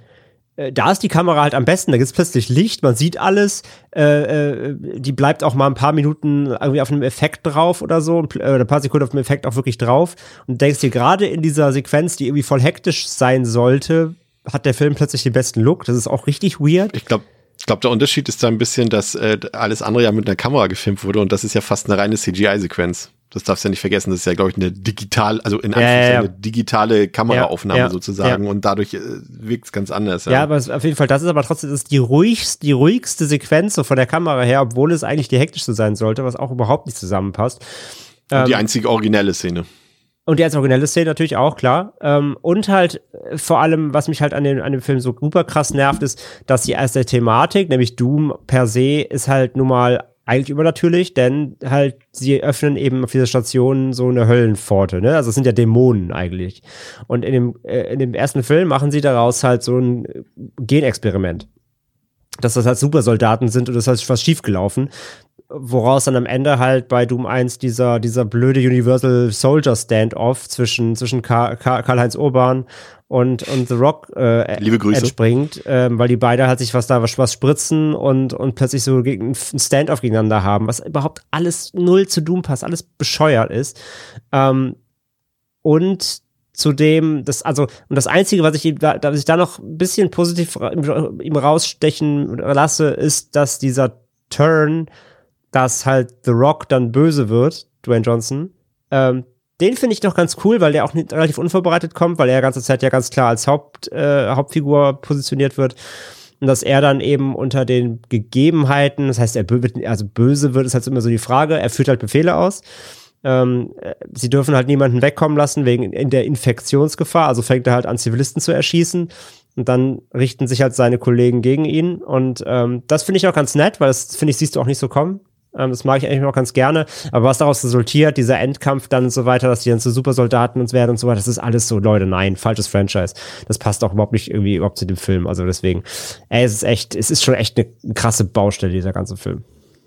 da ist die Kamera halt am besten, da gibt's plötzlich Licht, man sieht alles, äh, äh, die bleibt auch mal ein paar Minuten irgendwie auf einem Effekt drauf oder so, oder ein paar Sekunden auf dem Effekt auch wirklich drauf und denkst dir, gerade in dieser Sequenz, die irgendwie voll hektisch sein sollte, hat der Film plötzlich den besten Look. Das ist auch richtig weird. Ich glaube, ich glaube, der Unterschied ist da ein bisschen, dass äh, alles andere ja mit einer Kamera gefilmt wurde und das ist ja fast eine reine C G I-Sequenz. Das darfst du ja nicht vergessen. Das ist ja, glaube ich, eine digital, also in Anführungszeichen ja, ja, ja. eine digitale Kameraaufnahme ja, ja, sozusagen ja. und dadurch äh, wirkt es ganz anders. Ja. ja, aber es, auf jeden Fall, das ist aber trotzdem das ist die ruhigste, die ruhigste Sequenz so von der Kamera her, obwohl es eigentlich die hektischste sein sollte, was auch überhaupt nicht zusammenpasst. Und ähm, die einzige originelle Szene. Und die als originelle Szene natürlich auch, klar. Ähm, und halt äh, vor allem, was mich halt an dem, an dem Film so super krass nervt, ist, dass die erste Thematik, nämlich Doom per se, ist halt nun mal eigentlich übernatürlich, denn halt sie öffnen eben auf dieser Station so eine Höllenpforte, ne? Also es sind ja Dämonen eigentlich. Und in dem, äh, in dem ersten Film machen sie daraus halt so ein Genexperiment. Dass das halt Supersoldaten sind und das ist halt was schiefgelaufen. Woraus dann am Ende halt bei Doom eins dieser, dieser blöde Universal Soldier Standoff zwischen, zwischen Ka- Ka- Karl-Heinz Urban und, und The Rock äh, Liebe Grüße. entspringt, ähm, weil die beide halt sich was da was, was spritzen und, und plötzlich so gegen, ein Standoff gegeneinander haben, was überhaupt alles null zu Doom passt, alles bescheuert ist. Ähm, und Zudem, das, also, und das Einzige, was ich ihm da, was ich da noch ein bisschen positiv ihm rausstechen lasse, ist, dass dieser Turn, dass halt The Rock dann böse wird, Dwayne Johnson, ähm, den finde ich noch ganz cool, weil der auch nicht, relativ unvorbereitet kommt, weil er die ganze Zeit ja ganz klar als Haupt, äh, Hauptfigur positioniert wird. Und dass er dann eben unter den Gegebenheiten, das heißt, er bö- also böse wird, ist halt immer so die Frage, er führt halt Befehle aus. Ähm, sie dürfen halt niemanden wegkommen lassen wegen in der Infektionsgefahr, also fängt er halt an, Zivilisten zu erschießen und dann richten sich halt seine Kollegen gegen ihn und ähm, das finde ich auch ganz nett, weil das, finde ich, siehst du auch nicht so kommen. Ähm, das mag ich eigentlich auch ganz gerne, aber was daraus resultiert, dieser Endkampf dann und so weiter, dass die dann zu Supersoldaten und werden und so weiter, das ist alles so, Leute, nein, falsches Franchise. Das passt auch überhaupt nicht irgendwie überhaupt zu dem Film, also deswegen, ey, es ist echt, es ist schon echt eine krasse Baustelle, dieser ganze Film.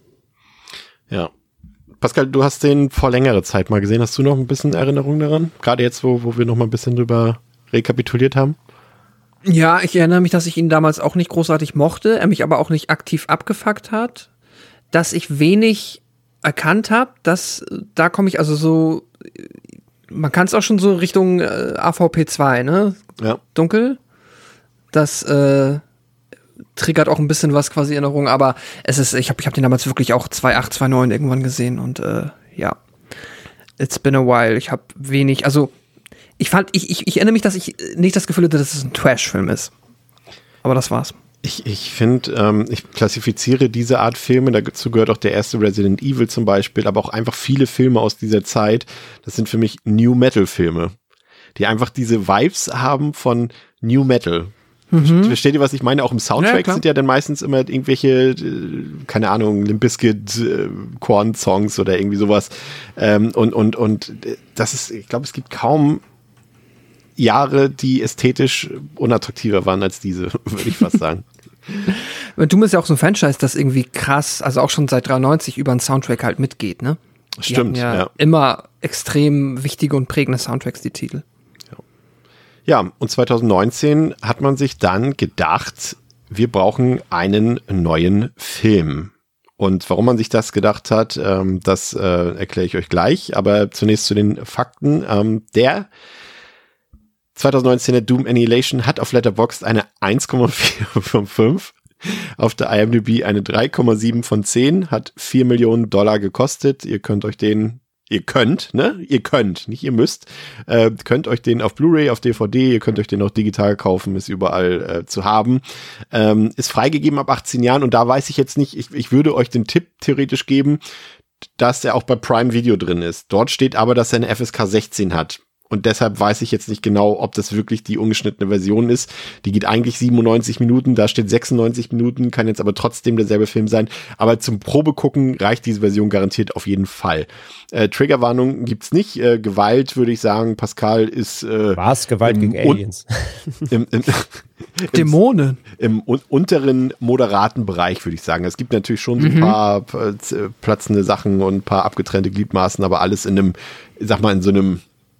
Ja. Pascal, du hast den vor längerer Zeit mal gesehen. Hast du noch ein bisschen Erinnerung daran? Gerade jetzt, wo, wo wir noch mal ein bisschen drüber rekapituliert haben? Ja, ich erinnere mich, dass ich ihn damals auch nicht großartig mochte, er mich aber auch nicht aktiv abgefuckt hat, dass ich wenig erkannt habe, dass da komme ich also so, man kann es auch schon so Richtung äh, A V P zwei, ne? Ja. Dunkel. Das äh, triggert auch ein bisschen was quasi Erinnerung, aber es ist, ich habe ich hab den damals wirklich auch zwei acht, zwei neun irgendwann gesehen und äh, ja, it's been a while. Ich habe wenig, also ich fand, ich, ich, ich erinnere mich, dass ich nicht das Gefühl hatte, dass es ein Trash-Film ist. Aber das war's. Ich, ich finde, ähm, ich klassifiziere diese Art Filme, dazu gehört auch der erste Resident Evil zum Beispiel, aber auch einfach viele Filme aus dieser Zeit, das sind für mich New Metal-Filme, die einfach diese Vibes haben von New Metal. Mhm. Versteht ihr, was ich meine? Auch im Soundtrack ja, sind ja dann meistens immer irgendwelche, keine Ahnung, Limp Bizkit, äh, Korn-Songs oder irgendwie sowas. Ähm, und, und, und das ist, ich glaube, es gibt kaum Jahre, die ästhetisch unattraktiver waren als diese, würde ich fast sagen. Du bist ja auch so ein Franchise, das irgendwie krass, also auch schon seit dreiundneunzig über einen Soundtrack halt mitgeht, ne? Stimmt, ja, ja. Immer extrem wichtige und prägende Soundtracks, die Titel. Ja, und zwanzig neunzehn hat man sich dann gedacht, wir brauchen einen neuen Film. Und warum man sich das gedacht hat, ähm, das äh, erkläre ich euch gleich. Aber zunächst zu den Fakten. Ähm, der zwanzig neunzehner Doom Annihilation hat auf Letterboxd eine eins Komma vier von fünf. Auf der I M D B eine drei Komma sieben von zehn, hat vier Millionen Dollar gekostet. Ihr könnt euch den, ihr könnt, ne? Ihr könnt, nicht ihr müsst, äh, könnt euch den auf Blu-ray, auf D V D, ihr könnt euch den auch digital kaufen, ist überall äh, zu haben. Ähm, ist freigegeben ab achtzehn Jahren und da weiß ich jetzt nicht, ich, ich würde euch den Tipp theoretisch geben, dass er auch bei Prime Video drin ist. Dort steht aber, dass er eine F S K sechzehn hat. Und deshalb weiß ich jetzt nicht genau, ob das wirklich die ungeschnittene Version ist. Die geht eigentlich siebenundneunzig Minuten, da steht sechsundneunzig Minuten, kann jetzt aber trotzdem derselbe Film sein. Aber zum Probegucken reicht diese Version garantiert auf jeden Fall. Äh, Triggerwarnung gibt's nicht. Äh, Gewalt, würde ich sagen, Pascal ist... Äh, Was? Gewalt gegen Aliens? Im, im, im, Dämonen. Im, im unteren, moderaten Bereich, würde ich sagen. Es gibt natürlich schon so ein Mhm. paar äh, platzende Sachen und ein paar abgetrennte Gliedmaßen, aber alles in einem, ich sag mal, in so einem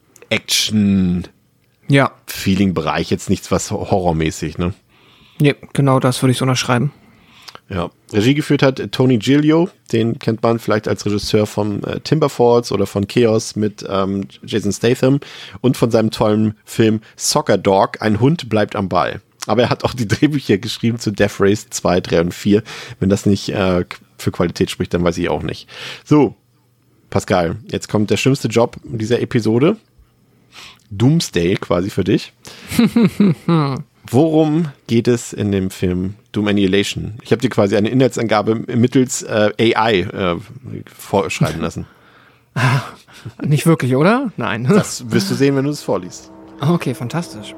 Action-Feeling-Bereich, Ja, jetzt nichts was horrormäßig, ne? nee, genau das würde ich so unterschreiben. Ja. Regie geführt hat Tony Giglio, den kennt man vielleicht als Regisseur von äh, Timberfalls oder von Chaos mit ähm, Jason Statham und von seinem tollen Film Soccer Dog, ein Hund bleibt am Ball. Aber er hat auch die Drehbücher geschrieben zu Death Race zwei, drei und vier. Wenn das nicht äh, für Qualität spricht, dann weiß ich auch nicht. So, Pascal, jetzt kommt der schlimmste Job dieser Episode. Doomsday quasi für dich. Worum geht es in dem Film Doom Annihilation? Ich habe dir quasi eine Inhaltsangabe mittels äh, A I äh, vorschreiben lassen. Nicht wirklich, oder? Nein. Das wirst du sehen, wenn du es vorliest. Okay, fantastisch.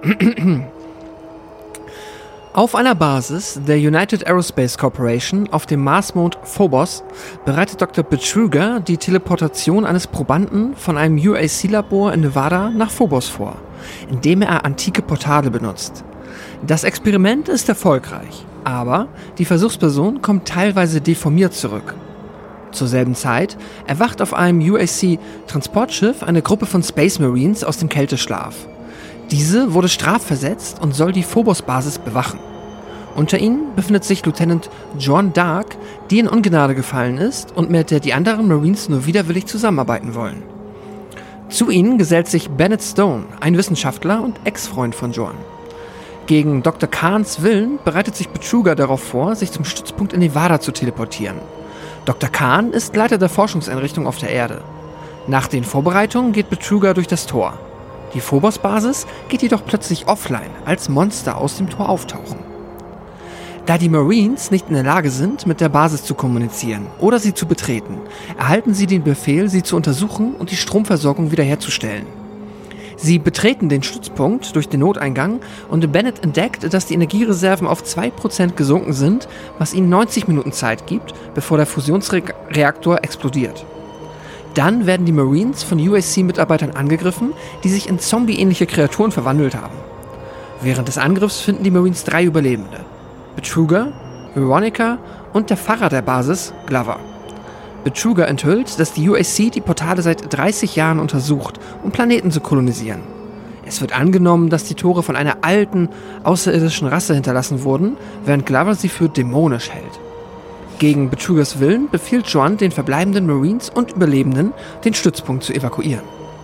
Auf einer Basis der United Aerospace Corporation auf dem Marsmond Phobos bereitet Doktor Betruger die Teleportation eines Probanden von einem U A C-Labor in Nevada nach Phobos vor, indem er antike Portale benutzt. Das Experiment ist erfolgreich, aber die Versuchsperson kommt teilweise deformiert zurück. Zur selben Zeit erwacht auf einem U A C-Transportschiff eine Gruppe von Space Marines aus dem Kälteschlaf. Diese wurde strafversetzt und soll die Phobos-Basis bewachen. Unter ihnen befindet sich Lieutenant John Dark, die in Ungnade gefallen ist und mit der die anderen Marines nur widerwillig zusammenarbeiten wollen. Zu ihnen gesellt sich Bennett Stone, ein Wissenschaftler und Ex-Freund von John. Gegen Doktor Kahns Willen bereitet sich Betruger darauf vor, sich zum Stützpunkt in Nevada zu teleportieren. Doktor Kahn ist Leiter der Forschungseinrichtung auf der Erde. Nach den Vorbereitungen geht Betruger durch das Tor. Die Phobos-Basis geht jedoch plötzlich offline, als Monster aus dem Tor auftauchen. Da die Marines nicht in der Lage sind, mit der Basis zu kommunizieren oder sie zu betreten, erhalten sie den Befehl, sie zu untersuchen und die Stromversorgung wiederherzustellen. Sie betreten den Stützpunkt durch den Noteingang und Bennett entdeckt, dass die Energiereserven auf zwei Prozent gesunken sind, was ihnen neunzig Minuten Zeit gibt, bevor der Fusionsreaktor explodiert. Dann werden die Marines von U A C-Mitarbeitern angegriffen, die sich in zombie-ähnliche Kreaturen verwandelt haben. Während des Angriffs finden die Marines drei Überlebende: Betruger, Veronica und der Pfarrer der Basis, Glover. Betruger enthüllt, dass die U A C die Portale seit dreißig Jahren untersucht, um Planeten zu kolonisieren. Es wird angenommen, dass die Tore von einer alten, außerirdischen Rasse hinterlassen wurden, während Glover sie für dämonisch hält. Gegen Betrugers Willen befiehlt John den verbleibenden Marines und Überlebenden, den Stützpunkt zu evakuieren.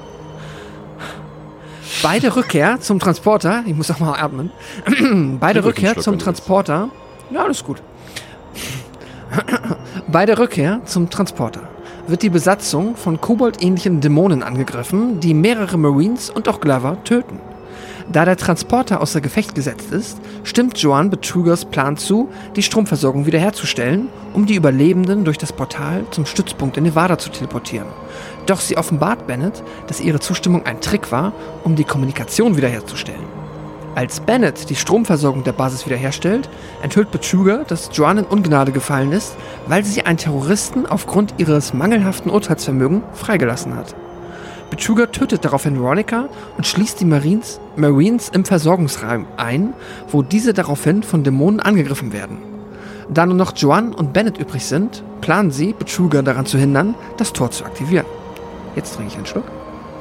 Bei der Rückkehr zum Transporter, ich muss auch mal atmen, bei der Rückkehr zum Transporter, ja, alles gut. Bei der Rückkehr zum Transporter wird die Besatzung von koboldähnlichen Dämonen angegriffen, die mehrere Marines und auch Glover töten. Da der Transporter außer Gefecht gesetzt ist, stimmt Joan Betrugers Plan zu, die Stromversorgung wiederherzustellen, um die Überlebenden durch das Portal zum Stützpunkt in Nevada zu teleportieren. Doch sie offenbart Bennett, dass ihre Zustimmung ein Trick war, um die Kommunikation wiederherzustellen. Als Bennett die Stromversorgung der Basis wiederherstellt, enthüllt Betruger, dass Joan in Ungnade gefallen ist, weil sie einen Terroristen aufgrund ihres mangelhaften Urteilsvermögens freigelassen hat. Betruger tötet daraufhin Veronica und schließt die Marines, Marines im Versorgungsraum ein, wo diese daraufhin von Dämonen angegriffen werden. Da nur noch Joanne und Bennett übrig sind, planen sie, Betruger daran zu hindern, das Tor zu aktivieren. Jetzt trinke ich einen Schluck.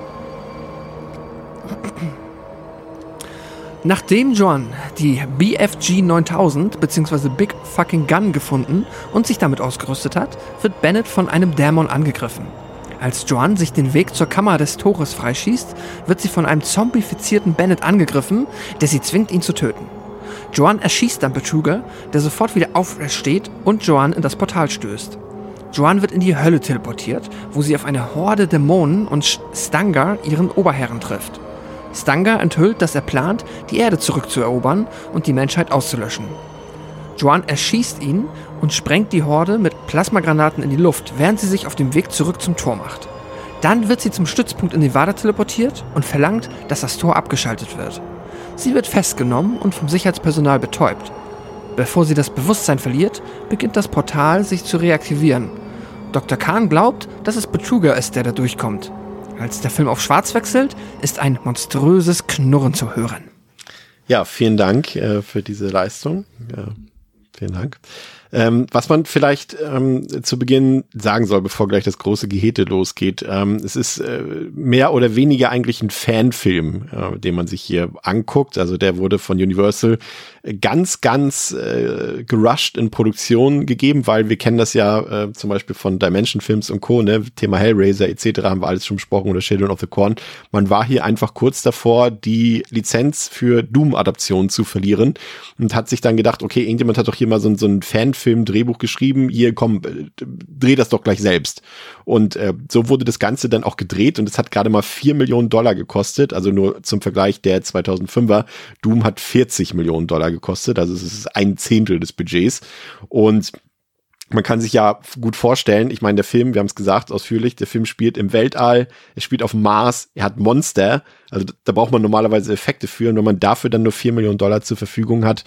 Nachdem Joanne die B F G neuntausend bzw. Big Fucking Gun gefunden und sich damit ausgerüstet hat, wird Bennett von einem Dämon angegriffen. Als Joanne sich den Weg zur Kammer des Tores freischießt, wird sie von einem zombifizierten Bennett angegriffen, der sie zwingt, ihn zu töten. Joanne erschießt dann Betruger, der sofort wieder aufersteht und Joanne in das Portal stößt. Joanne wird in die Hölle teleportiert, wo sie auf eine Horde Dämonen und Stungar, ihren Oberherren, trifft. Stungar enthüllt, dass er plant, die Erde zurückzuerobern und die Menschheit auszulöschen. Joanne erschießt ihn und sprengt die Horde mit Plasmagranaten in die Luft, während sie sich auf dem Weg zurück zum Tor macht. Dann wird sie zum Stützpunkt in Nevada teleportiert und verlangt, dass das Tor abgeschaltet wird. Sie wird festgenommen und vom Sicherheitspersonal betäubt. Bevor sie das Bewusstsein verliert, beginnt das Portal sich zu reaktivieren. Doktor Khan glaubt, dass es Betruger ist, der da durchkommt. Als der Film auf Schwarz wechselt, ist ein monströses Knurren zu hören. Ja, vielen Dank äh, für diese Leistung. Ja, vielen Dank. Ähm, was man vielleicht ähm, zu Beginn sagen soll, bevor gleich das große Gehete losgeht, ähm, es ist äh, mehr oder weniger eigentlich ein Fanfilm, äh, den man sich hier anguckt. Also der wurde von Universal ganz, ganz äh, gerusht in Produktion gegeben, weil wir kennen das ja äh, zum Beispiel von Dimension Films und Co., ne? Thema Hellraiser et cetera haben wir alles schon besprochen oder Children of the Corn. Man war hier einfach kurz davor, die Lizenz für Doom-Adaptionen zu verlieren und hat sich dann gedacht, okay, irgendjemand hat doch hier mal so, so ein Fanfilm-Drehbuch geschrieben, hier komm, dreh das doch gleich selbst. Und äh, so wurde das Ganze dann auch gedreht und es hat gerade mal vier Millionen Dollar gekostet, also nur zum Vergleich der zweitausendfünfer. Doom hat vierzig Millionen Dollar gekostet, also es ist ein Zehntel des Budgets und man kann sich ja gut vorstellen, ich meine, der Film, wir haben es gesagt ausführlich, der Film spielt im Weltall, er spielt auf dem Mars, er hat Monster, also da braucht man normalerweise Effekte für und wenn man dafür dann nur vier Millionen Dollar zur Verfügung hat,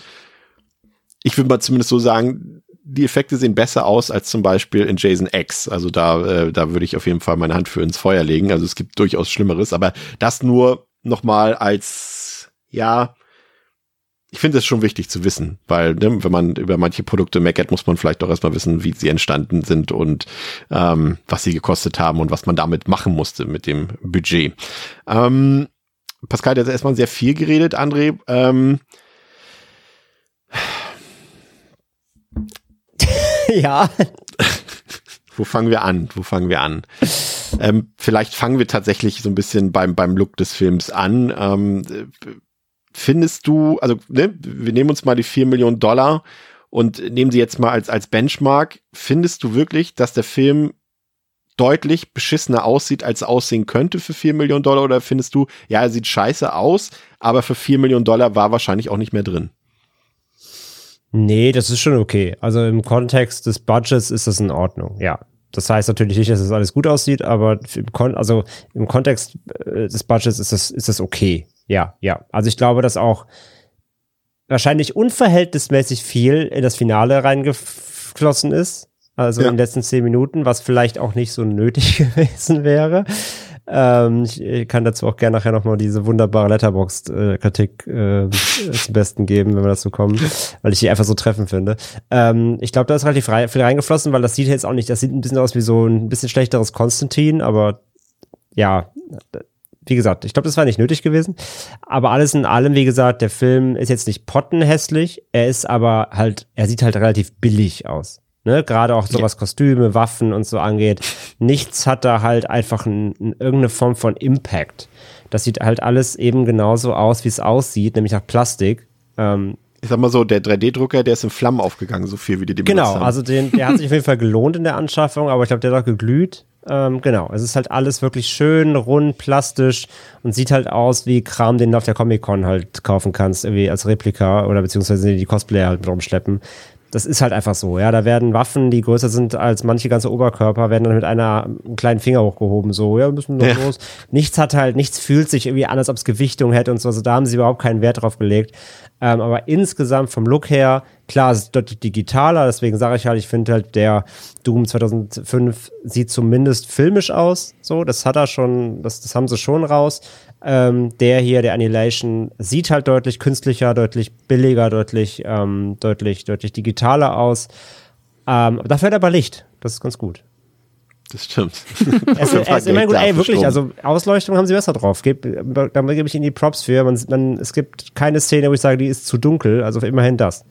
ich würde mal zumindest so sagen, die Effekte sehen besser aus als zum Beispiel in Jason X, also da, äh, da würde ich auf jeden Fall meine Hand für ins Feuer legen, also es gibt durchaus Schlimmeres, aber das nur nochmal als, ja, ich finde es schon wichtig zu wissen, weil ne, wenn man über manche Produkte meckert, muss man vielleicht doch erstmal wissen, wie sie entstanden sind und ähm, was sie gekostet haben und was man damit machen musste mit dem Budget. Ähm, Pascal, der hat erstmal sehr viel geredet, André. Ähm, ja. Wo fangen wir an? Wo fangen wir an? ähm, vielleicht fangen wir tatsächlich so ein bisschen beim, beim Look des Films an. Ähm, Findest du, also ne, wir nehmen uns mal die vier Millionen Dollar und nehmen sie jetzt mal als, als Benchmark. Findest du wirklich, dass der Film deutlich beschissener aussieht, als er aussehen könnte für vier Millionen Dollar? Oder findest du, ja, er sieht scheiße aus, aber für vier Millionen Dollar war wahrscheinlich auch nicht mehr drin? Nee, das ist schon okay. Also im Kontext des Budgets ist das in Ordnung, ja. Das heißt natürlich nicht, dass das alles gut aussieht, aber im, Kon- also im Kontext des Budgets ist das, ist das okay. Ja, ja. Also ich glaube, dass auch wahrscheinlich unverhältnismäßig viel in das Finale reingeflossen ist. Also ja. In den letzten zehn Minuten, was vielleicht auch nicht so nötig gewesen wäre. Ähm, ich kann dazu auch gerne nachher nochmal diese wunderbare Letterboxd-Kritik äh, zum Besten geben, wenn wir dazu kommen, weil ich die einfach so treffend finde. Ähm, ich glaube, da ist relativ viel reingeflossen, weil das sieht jetzt auch nicht, das sieht ein bisschen aus wie so ein bisschen schlechteres Konstantin, aber ja, wie gesagt, ich glaube, das war nicht nötig gewesen. Aber alles in allem, wie gesagt, der Film ist jetzt nicht pottenhässlich, er ist aber halt, er sieht halt relativ billig aus. Ne? Gerade auch so was Kostüme, Waffen und so angeht. Nichts hat da halt einfach ein, ein, irgendeine Form von Impact. Das sieht halt alles eben genauso aus, wie es aussieht, nämlich nach Plastik. Ähm, ich sag mal so, der drei D-Drucker, der ist in Flammen aufgegangen, so viel wie die die Genau, benutzt haben. also den, der hat sich auf jeden Fall gelohnt in der Anschaffung, aber ich glaube, der hat auch geglüht. Ähm, genau, es ist halt alles wirklich schön, rund, plastisch und sieht halt aus wie Kram, den du auf der Comic-Con halt kaufen kannst, irgendwie als Replika oder beziehungsweise die Cosplayer halt mit rumschleppen. Das ist halt einfach so, ja, da werden Waffen, die größer sind als manche ganze Oberkörper, werden dann mit einer einem kleinen Finger hochgehoben, so, ja, müssen wir ja. los. Nichts hat halt, nichts fühlt sich irgendwie an, als ob es Gewichtung hätte und so, also da haben sie überhaupt keinen Wert drauf gelegt. Ähm, aber insgesamt vom Look her, klar, es ist deutlich digitaler, deswegen sage ich halt, ich finde halt, der Doom zweitausendfünf sieht zumindest filmisch aus, so, das hat er schon, das, das haben sie schon raus. Ähm, der hier, der Annihilation, sieht halt deutlich künstlicher, deutlich billiger, deutlich, ähm, deutlich, deutlich digitaler aus. Ähm, aber dafür hat er aber Licht. Das ist ganz gut. Das stimmt. Es, es ist immer gut, ey, wirklich, also Ausleuchtung haben sie besser drauf. Geb, da gebe ich ihnen die Props für. Man, man, es gibt keine Szene, wo ich sage, die ist zu dunkel, also immerhin das.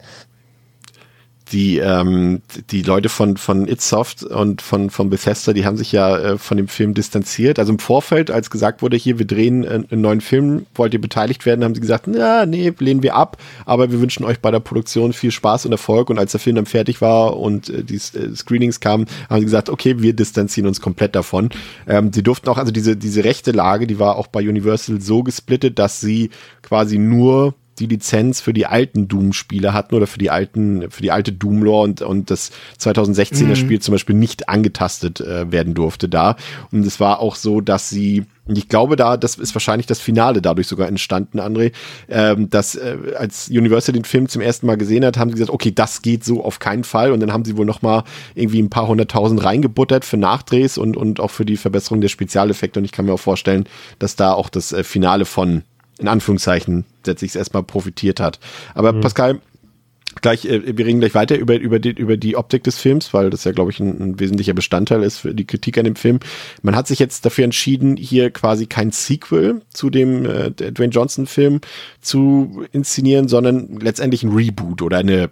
Die, ähm, die Leute von, von Idsoft und von, von Bethesda, die haben sich ja äh, von dem Film distanziert. Also im Vorfeld, als gesagt wurde, hier, wir drehen äh, einen neuen Film, wollt ihr beteiligt werden, haben sie gesagt, na, nee, lehnen wir ab, aber wir wünschen euch bei der Produktion viel Spaß und Erfolg. Und als der Film dann fertig war und äh, die äh, Screenings kamen, haben sie gesagt, okay, wir distanzieren uns komplett davon. Ähm, sie durften auch, also diese, diese rechte Lage, die war auch bei Universal so gesplittet, dass sie quasi nur die Lizenz für die alten Doom-Spiele hatten oder für die alten, für die alte Doom-Lore und, und das zweitausendsechzehner mhm. Spiel zum Beispiel nicht angetastet äh, werden durfte da. Und es war auch so, dass sie, und ich glaube da, das ist wahrscheinlich das Finale dadurch sogar entstanden, André, ähm, dass äh, als Universal den Film zum ersten Mal gesehen hat, haben sie gesagt, okay, das geht so auf keinen Fall. Und dann haben sie wohl noch mal irgendwie ein paar hunderttausend reingebuttert für Nachdrehs und, und auch für die Verbesserung der Spezialeffekte. Und ich kann mir auch vorstellen, dass da auch das äh, Finale von, in Anführungszeichen, setze ich es erstmal, profitiert hat. Aber mhm. Pascal, gleich, äh, wir reden gleich weiter über, über, die, über die Optik des Films, weil das ja, glaube ich, ein, ein wesentlicher Bestandteil ist für die Kritik an dem Film. Man hat sich jetzt dafür entschieden, hier quasi kein Sequel zu dem äh, Dwayne Johnson-Film zu inszenieren, sondern letztendlich ein Reboot oder eine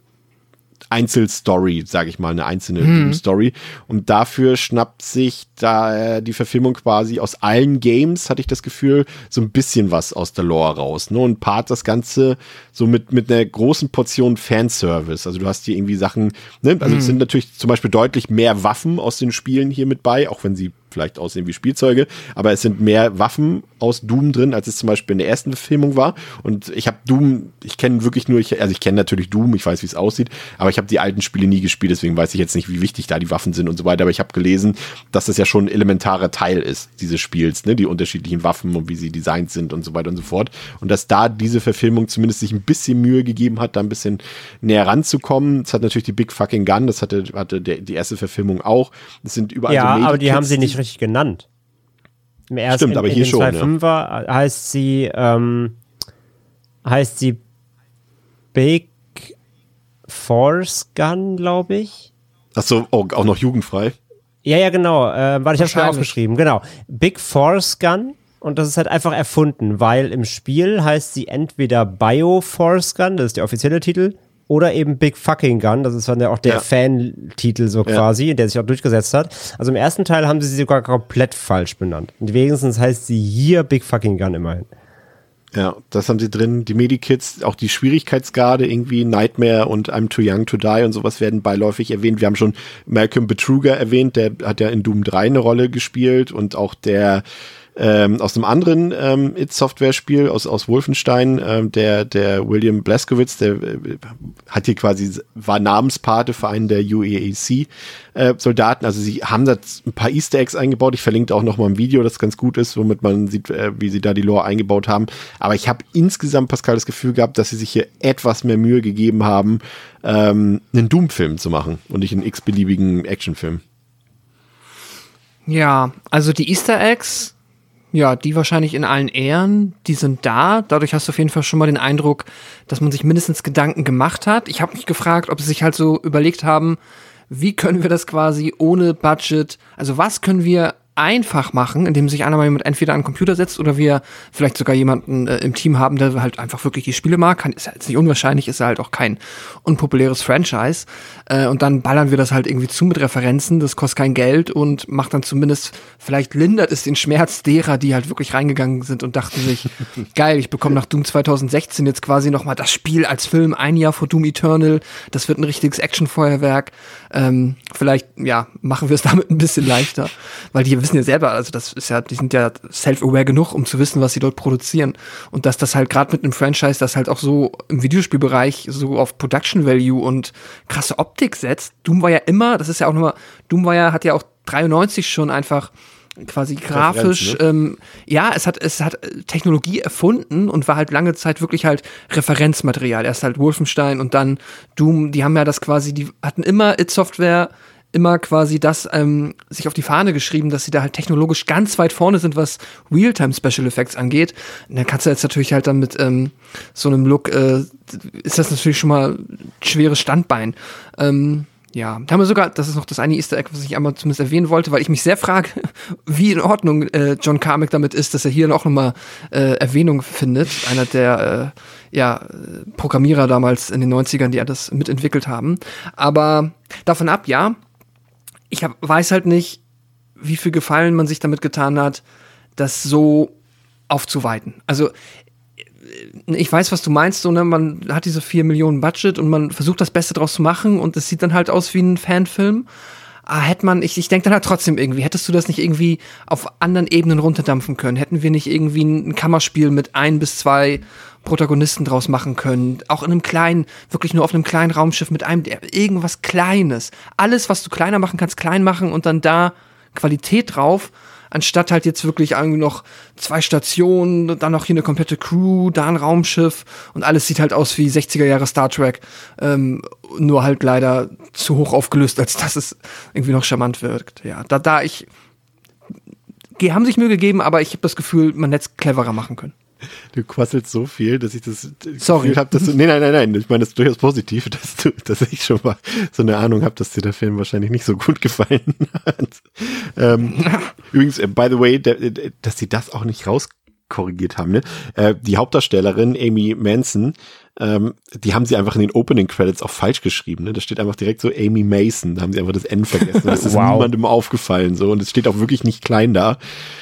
Einzelstory, sage ich mal, eine einzelne mhm. Story. Und dafür schnappt sich da die Verfilmung quasi aus allen Games, hatte ich das Gefühl, so ein bisschen was aus der Lore raus. Ne? Und paart das Ganze so mit, mit einer großen Portion Fanservice. Also du hast hier irgendwie Sachen, ne? Also mhm. es sind natürlich zum Beispiel deutlich mehr Waffen aus den Spielen hier mit bei, auch wenn sie vielleicht aussehen wie Spielzeuge, aber es sind mehr Waffen aus Doom drin, als es zum Beispiel in der ersten Verfilmung war. Und ich habe Doom, ich kenne wirklich nur, ich, also ich kenne natürlich Doom, ich weiß, wie es aussieht, aber ich habe die alten Spiele nie gespielt, deswegen weiß ich jetzt nicht, wie wichtig da die Waffen sind und so weiter. Aber ich habe gelesen, dass das ja schon ein elementarer Teil ist, dieses Spiels, ne, die unterschiedlichen Waffen und wie sie designt sind und so weiter und so fort. Und dass da diese Verfilmung zumindest sich ein bisschen Mühe gegeben hat, da ein bisschen näher ranzukommen. Das hat natürlich die Big Fucking Gun, das hatte, hatte der, die erste Verfilmung auch. Das sind überall ja, so aber die haben sie nicht richtig genannt. Im ersten, Stimmt, aber in, hier in schon, zwei Punkt fünfer ja. heißt sie ähm, heißt sie Big Force Gun, glaube ich. Achso, oh, auch noch jugendfrei. Ja, ja, genau. Äh, warte, ich hab's mir aufgeschrieben. Genau. Big Force Gun. Und das ist halt einfach erfunden, weil im Spiel heißt sie entweder Bio Force Gun, das ist der offizielle Titel, oder eben Big Fucking Gun, das ist dann ja auch der ja. Fan-Titel so quasi, ja. der sich auch durchgesetzt hat. Also im ersten Teil haben sie sie sogar komplett falsch benannt. Und wenigstens heißt sie hier Big Fucking Gun immerhin. Ja, das haben sie drin. Die Medikits, auch die Schwierigkeitsgrade, irgendwie Nightmare und I'm Too Young to Die und sowas werden beiläufig erwähnt. Wir haben schon Malcolm Betruger erwähnt, der hat ja in Doom drei eine Rolle gespielt und auch der Ähm, aus einem anderen ähm, It-Software-Spiel aus, aus Wolfenstein, ähm, der, der William Blazkowicz, der äh, hat hier quasi, war Namenspate für einen der U A A C-Soldaten. Äh, also sie haben da ein paar Easter Eggs eingebaut. Ich verlinke auch noch mal ein Video, das ganz gut ist, womit man sieht, äh, wie sie da die Lore eingebaut haben. Aber ich habe insgesamt, Pascal, das Gefühl gehabt, dass sie sich hier etwas mehr Mühe gegeben haben, ähm, einen Doom-Film zu machen und nicht einen x-beliebigen Actionfilm. Ja, also die Easter Eggs, ja, die wahrscheinlich in allen Ehren, die sind da. Dadurch hast du auf jeden Fall schon mal den Eindruck, dass man sich mindestens Gedanken gemacht hat. Ich habe mich gefragt, ob sie sich halt so überlegt haben, wie können wir das quasi ohne Budget, also was können wir einfach machen, indem sich einer mal jemand entweder an den Computer setzt oder wir vielleicht sogar jemanden äh, im Team haben, der halt einfach wirklich die Spiele mag. Kann, ist ja jetzt nicht unwahrscheinlich, ist ja halt auch kein unpopuläres Franchise. Äh, und dann ballern wir das halt irgendwie zu mit Referenzen, das kostet kein Geld und macht dann zumindest, vielleicht lindert es den Schmerz derer, die halt wirklich reingegangen sind und dachten sich, geil, ich bekomme nach Doom zweitausendsechzehn jetzt quasi nochmal das Spiel als Film, ein Jahr vor Doom Eternal, das wird ein richtiges Actionfeuerwerk. Ähm, vielleicht, ja, machen wir es damit ein bisschen leichter, weil die wissen ja selber, also das ist ja, die sind ja self-aware genug, um zu wissen, was sie dort produzieren. Und dass das halt gerade mit einem Franchise, das halt auch so im Videospielbereich so auf Production Value und krasse Optik setzt. Doom war ja immer, das ist ja auch nochmal, Doom war ja, hat ja auch dreiundneunzig schon einfach quasi grafisch, ne? ähm, ja, es hat, es hat Technologie erfunden und war halt lange Zeit wirklich halt Referenzmaterial. Erst halt Wolfenstein und dann Doom, die haben ja das quasi, die hatten immer It Software immer quasi das ähm, sich auf die Fahne geschrieben, dass sie da halt technologisch ganz weit vorne sind, was Realtime Special Effects angeht. Und dann kannst du jetzt natürlich halt dann mit ähm, so einem Look, äh, ist das natürlich schon mal ein schweres Standbein. Ähm, Ja, da haben wir sogar, das ist noch das eine Easter Egg, was ich einmal zumindest erwähnen wollte, weil ich mich sehr frage, wie in Ordnung äh, John Carmack damit ist, dass er hier auch nochmal äh, Erwähnung findet. Einer der äh, ja, Programmierer damals in den neunzigern, die das mitentwickelt haben. Aber davon ab, ja, ich hab, weiß halt nicht, wie viel Gefallen man sich damit getan hat, das so aufzuweiten. Also ich weiß, was du meinst, so, ne? Man hat diese vier Millionen Budget und man versucht das Beste draus zu machen und es sieht dann halt aus wie ein Fanfilm. Ah, hätte man, ich, ich denke dann halt trotzdem irgendwie, hättest du das nicht irgendwie auf anderen Ebenen runterdampfen können? Hätten wir nicht irgendwie ein Kammerspiel mit ein bis zwei Protagonisten draus machen können? Auch in einem kleinen, wirklich nur auf einem kleinen Raumschiff mit einem, irgendwas Kleines. Alles, was du kleiner machen kannst, klein machen und dann da Qualität drauf. Anstatt halt jetzt wirklich irgendwie noch zwei Stationen, dann noch hier eine komplette Crew, da ein Raumschiff und alles sieht halt aus wie sechziger Jahre Star Trek, ähm, nur halt leider zu hoch aufgelöst, als dass es irgendwie noch charmant wirkt. Ja, da, da ich, die haben sich Mühe gegeben, aber ich habe das Gefühl, man hätte es cleverer machen können. Du quasselst so viel, dass ich das Sorry. Gefühl habe, dass du, nee, nein, nein, nein, ich meine, das ist durchaus positiv, dass du, dass ich schon mal so eine Ahnung habe, dass dir der Film wahrscheinlich nicht so gut gefallen hat. ähm, übrigens, äh, by the way, der, der, dass sie das auch nicht rauskorrigiert haben, ne? Äh, die Hauptdarstellerin Amy Manson, ähm, die haben sie einfach in den Opening Credits auch falsch geschrieben, ne? Da steht einfach direkt so Amy Mason, da haben sie einfach das N vergessen. Das ist wow. niemandem aufgefallen, so, und es steht auch wirklich nicht klein da.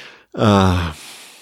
Ah.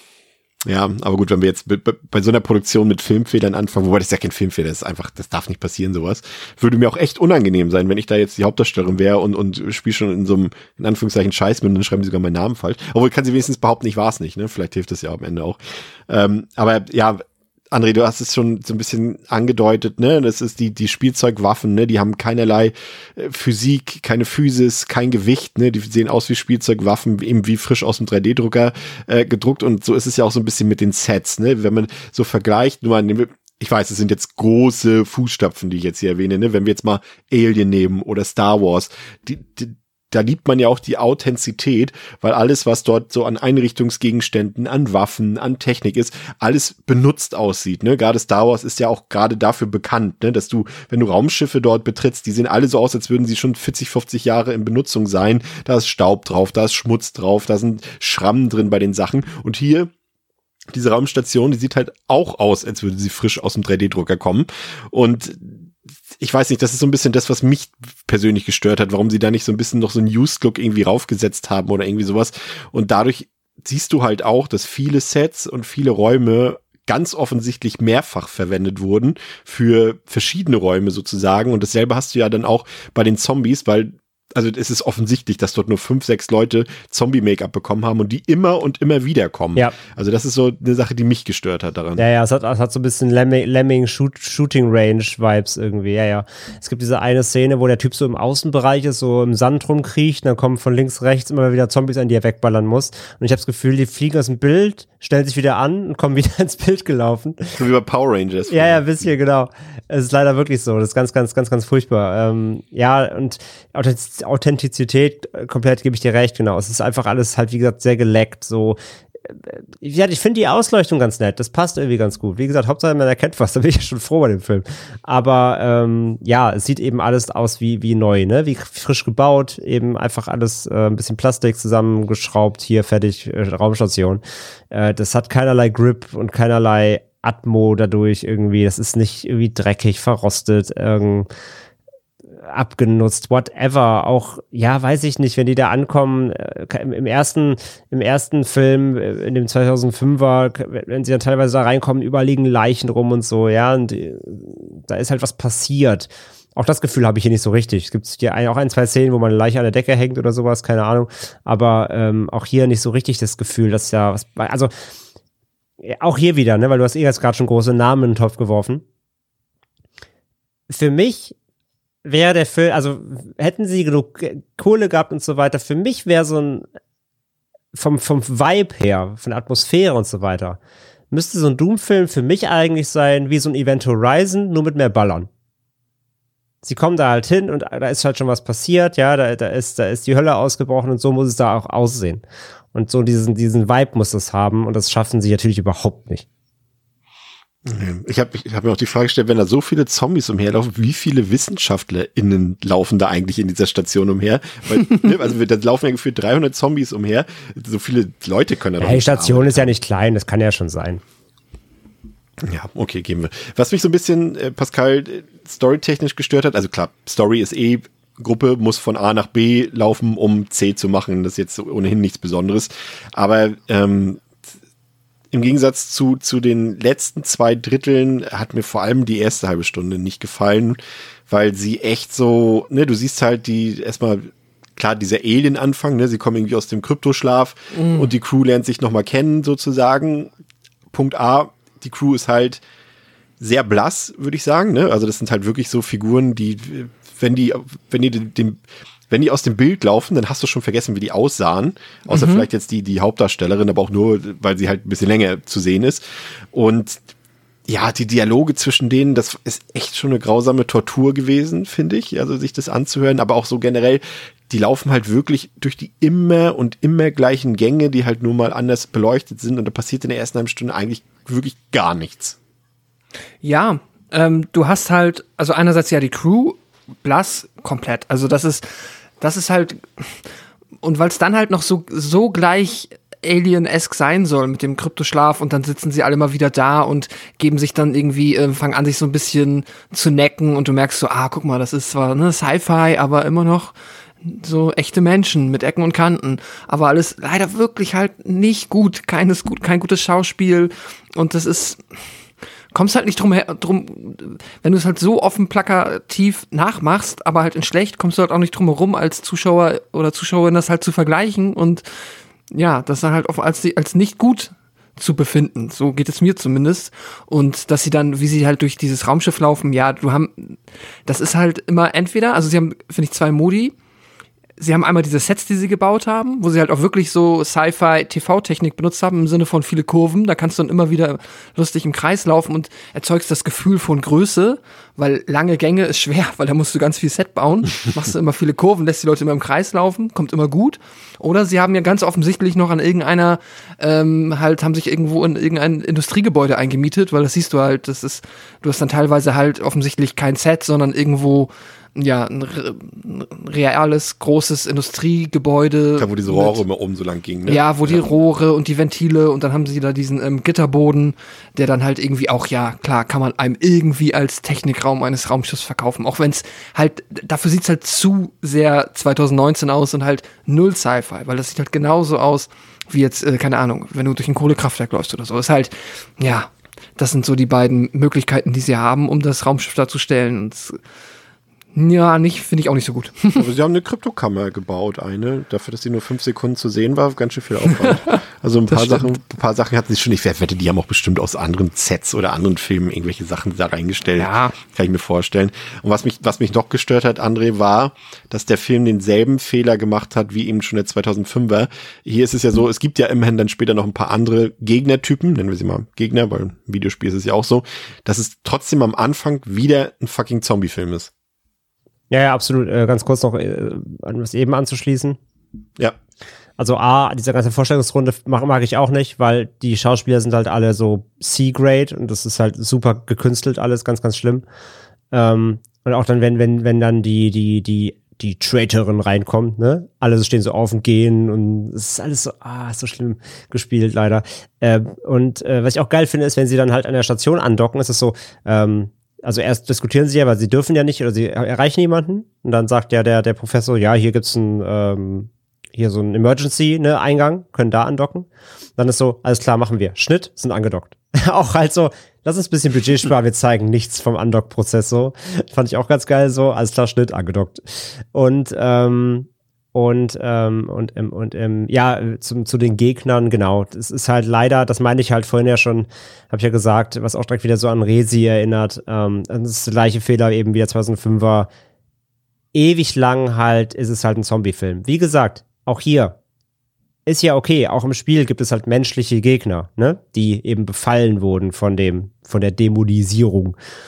Ja, aber gut, wenn wir jetzt bei so einer Produktion mit Filmfehlern anfangen, wobei das ja kein Filmfehler ist, einfach, das darf nicht passieren, sowas, würde mir auch echt unangenehm sein, wenn ich da jetzt die Hauptdarstellerin wäre und, und spiele schon in so einem, in Anführungszeichen, Scheiß mit und dann schreiben die sogar meinen Namen falsch. Obwohl, kann sie wenigstens behaupten, ich war es nicht, ne? Vielleicht hilft das ja am Ende auch. Ähm, aber ja, André, du hast es schon so ein bisschen angedeutet, ne? Das ist die, die Spielzeugwaffen, ne? Die haben keinerlei äh, Physik, keine Physis, kein Gewicht, ne? Die sehen aus wie Spielzeugwaffen, eben wie frisch aus dem drei D Drucker äh, gedruckt, und so ist es ja auch so ein bisschen mit den Sets, ne? Wenn man so vergleicht, nur mal, ich weiß, es sind jetzt große Fußstapfen, die ich jetzt hier erwähne, ne? Wenn wir jetzt mal Alien nehmen oder Star Wars, die, die da liebt man ja auch die Authentizität, weil alles, was dort so an Einrichtungsgegenständen, an Waffen, an Technik ist, alles benutzt aussieht, ne? Gerade Star Wars ist ja auch gerade dafür bekannt, ne? Dass du, wenn du Raumschiffe dort betrittst, die sehen alle so aus, als würden sie schon vierzig, fünfzig Jahre in Benutzung sein. Da ist Staub drauf, da ist Schmutz drauf, da sind Schrammen drin bei den Sachen. Und hier, diese Raumstation, die sieht halt auch aus, als würde sie frisch aus dem drei D Drucker kommen. Und ich weiß nicht, das ist so ein bisschen das, was mich persönlich gestört hat, warum sie da nicht so ein bisschen noch so einen Used-Look irgendwie raufgesetzt haben oder irgendwie sowas. Und dadurch siehst du halt auch, dass viele Sets und viele Räume ganz offensichtlich mehrfach verwendet wurden für verschiedene Räume sozusagen. Und dasselbe hast du ja dann auch bei den Zombies, weil also es ist offensichtlich, dass dort nur fünf, sechs Leute Zombie-Make-up bekommen haben und die immer und immer wieder kommen. Ja. Also das ist so eine Sache, die mich gestört hat daran. Ja, ja, es hat, es hat so ein bisschen Lemming-Shooting-Range-Vibes irgendwie, ja, ja. Es gibt diese eine Szene, wo der Typ so im Außenbereich ist, so im Sand rumkriecht, und dann kommen von links, rechts immer wieder Zombies an, die er wegballern muss. Und ich habe das Gefühl, die fliegen aus dem Bild, stellen sich wieder an und kommen wieder ins Bild gelaufen. So wie bei Power Rangers. Ja, ja, ein bisschen, genau. Es ist leider wirklich so. Das ist ganz, ganz, ganz, ganz furchtbar. Ähm, ja, und Authentizität, komplett gebe ich dir recht, genau. Es ist einfach alles halt, wie gesagt, sehr geleckt, so. Ja, ich finde die Ausleuchtung ganz nett, das passt irgendwie ganz gut. Wie gesagt, Hauptsache man erkennt was, da bin ich ja schon froh bei dem Film. Aber ähm, ja, es sieht eben alles aus wie, wie neu, ne? Wie frisch gebaut, eben einfach alles äh, ein bisschen Plastik zusammengeschraubt, hier fertig, äh, Raumstation. Äh, das hat keinerlei Grip und keinerlei Atmo dadurch irgendwie. Das ist nicht irgendwie dreckig, verrostet, irgendwie abgenutzt, whatever, auch, ja, weiß ich nicht, wenn die da ankommen, äh, im ersten, im ersten Film, in dem zweitausendfünfer, wenn sie dann teilweise da reinkommen, überall liegen Leichen rum und so, ja, und äh, da ist halt was passiert. Auch das Gefühl habe ich hier nicht so richtig. Es gibt hier ein, auch ein, zwei Szenen, wo man eine Leiche an der Decke hängt oder sowas, keine Ahnung, aber ähm, auch hier nicht so richtig das Gefühl, dass ja was, also auch hier wieder, ne, weil du hast eh jetzt gerade schon große Namen in den Topf geworfen. Für mich wäre der Film, also hätten sie genug Kohle gehabt und so weiter, für mich wäre so ein, vom, vom Vibe her, von der Atmosphäre und so weiter, müsste so ein Doom-Film für mich eigentlich sein, wie so ein Event Horizon, nur mit mehr Ballern. sie kommen da halt hin und da ist halt schon was passiert, ja, da, da ist, da ist die Hölle ausgebrochen und so muss es da auch aussehen. Und so diesen, diesen Vibe muss es haben und das schaffen sie natürlich überhaupt nicht. Ich habe ich hab mir auch die Frage gestellt, wenn da so viele Zombies umherlaufen, wie viele WissenschaftlerInnen laufen da eigentlich in dieser Station umher? Weil, ne, also da laufen ja gefühlt dreihundert Zombies umher. So viele Leute können da ja, doch nicht die Station arbeiten. ist ja nicht klein, das kann ja schon sein. Ja, okay, gehen wir. Was mich so ein bisschen, äh, Pascal, äh, storytechnisch gestört hat, also klar, Story ist eh, Gruppe muss von A nach B laufen, um C zu machen. Das ist jetzt ohnehin nichts Besonderes. Aber ähm, im Gegensatz zu, zu den letzten zwei Dritteln hat mir vor allem die erste halbe Stunde nicht gefallen, weil sie echt so, ne, du siehst halt die erstmal, klar, dieser Alien-Anfang, ne, sie kommen irgendwie aus dem Kryptoschlaf mm. und die Crew lernt sich nochmal kennen, sozusagen. Punkt A, die Crew ist halt sehr blass, würde ich sagen, ne, also das sind halt wirklich so Figuren, die, wenn die, wenn die dem, wenn die aus dem Bild laufen, dann hast du schon vergessen, wie die aussahen. Außer mhm. vielleicht jetzt die, die Hauptdarstellerin, aber auch nur, weil sie halt ein bisschen länger zu sehen ist. Und ja, die Dialoge zwischen denen, das ist echt schon eine grausame Tortur gewesen, finde ich. Also sich das anzuhören, aber auch so generell, die laufen halt wirklich durch die immer und immer gleichen Gänge, die halt nur mal anders beleuchtet sind. Und da passiert in der ersten halben Stunde eigentlich wirklich gar nichts. Ja, ähm, du hast halt, also einerseits ja die Crew, blass, komplett. Also das ist, das ist halt, und weil es dann halt noch so, so gleich Alien-esque sein soll mit dem Kryptoschlaf und dann sitzen sie alle mal wieder da und geben sich dann irgendwie, äh, fangen an, sich so ein bisschen zu necken und du merkst so, ah, guck mal, das ist zwar ne, Sci-Fi, aber immer noch so echte Menschen mit Ecken und Kanten, aber alles leider wirklich halt nicht gut, keines gut, kein gutes Schauspiel und das ist, kommst halt nicht drum, her, drum wenn du es halt so offen plakativ nachmachst, aber halt in schlecht, kommst du halt auch nicht drum herum, als Zuschauer oder Zuschauerin das halt zu vergleichen und ja, das dann halt auch als, als nicht gut zu befinden. So geht es mir zumindest. Und dass sie dann, wie sie halt durch dieses Raumschiff laufen, ja, du haben, das ist halt immer entweder, also sie haben, finde ich, zwei Modi. Sie haben einmal diese Sets, die sie gebaut haben, wo sie halt auch wirklich so Sci-Fi-T V-Technik benutzt haben, im Sinne von viele Kurven. Da kannst du dann immer wieder lustig im Kreis laufen und erzeugst das Gefühl von Größe, weil lange Gänge ist schwer, weil da musst du ganz viel Set bauen. Machst du immer viele Kurven, lässt die Leute immer im Kreis laufen, kommt immer gut. Oder sie haben ja ganz offensichtlich noch an irgendeiner, ähm, halt, haben sich irgendwo in irgendein Industriegebäude eingemietet, weil das siehst du halt, das ist, du hast dann teilweise halt offensichtlich kein Set, sondern irgendwo ja, ein, re- ein reales, großes Industriegebäude. Da, wo diese Rohre immer oben so lang gingen, ne? Ja, wo die ja. Rohre und die Ventile und dann haben sie da diesen ähm, Gitterboden, der dann halt irgendwie auch, ja, klar, kann man einem irgendwie als Technikraum eines Raumschiffs verkaufen. Auch wenn es halt, dafür sieht's halt zu sehr zwanzig neunzehn aus und halt null Sci-Fi, weil das sieht halt genauso aus wie jetzt, äh, keine Ahnung, wenn du durch ein Kohlekraftwerk läufst oder so. Das ist halt, ja, das sind so die beiden Möglichkeiten, die sie haben, um das Raumschiff darzustellen und ja, nicht, finde ich auch nicht so gut. Aber sie haben eine Kryptokammer gebaut, eine, dafür, dass sie nur fünf Sekunden zu sehen war, ganz schön viel Aufwand. Also ein paar Sachen, ein paar Sachen hatten sie schon, ich wette, die haben auch bestimmt aus anderen Sets oder anderen Filmen irgendwelche Sachen da reingestellt. Ja. Kann ich mir vorstellen. Und was mich, was mich noch gestört hat, André, war, dass der Film denselben Fehler gemacht hat, wie eben schon der zweitausendfünfer. Hier ist es ja so, es gibt ja immerhin dann später noch ein paar andere Gegnertypen, nennen wir sie mal Gegner, weil im Videospiel ist es ja auch so, dass es trotzdem am Anfang wieder ein fucking Zombie-Film ist. Ja, ja, absolut. Äh, ganz kurz noch äh, an was eben anzuschließen. Ja. Also A, diese ganze Vorstellungsrunde mag, mag ich auch nicht, weil die Schauspieler sind halt alle so C-Grade und das ist halt super gekünstelt alles, ganz, ganz schlimm. Ähm, und auch dann, wenn, wenn, wenn dann die, die, die, die Traitorin reinkommt, ne? Alle stehen so auf und gehen und es ist alles so, ah, ist so schlimm gespielt, leider. Äh, und äh, was ich auch geil finde, ist, wenn sie dann halt an der Station andocken, ist es so, ähm, also erst diskutieren sie ja, weil sie dürfen ja nicht oder sie erreichen niemanden. Und dann sagt ja der, der Professor, ja, hier gibt's ein, ähm, hier so ein Emergency, ne, Eingang, können da andocken. Dann ist so, alles klar, machen wir. Schnitt, sind angedockt. Auch halt so, lass uns ein bisschen Budget sparen, wir zeigen nichts vom Andock-Prozess so. Fand ich auch ganz geil so, alles klar, Schnitt, angedockt. Und, ähm, Und, ähm, und, ähm, und ähm, ja, zum, zu den Gegnern, genau. Das ist halt leider, das meine ich halt vorhin ja schon, habe ich ja gesagt, was auch direkt wieder so an Resi erinnert. Ähm, das ist der gleiche Fehler eben wie der zweitausendfünfer. Ewig lang halt ist es halt ein Zombie-Film. Wie gesagt, auch hier ist ja okay. Auch im Spiel gibt es halt menschliche Gegner, ne, die eben befallen wurden von dem, von der Dämonisierung.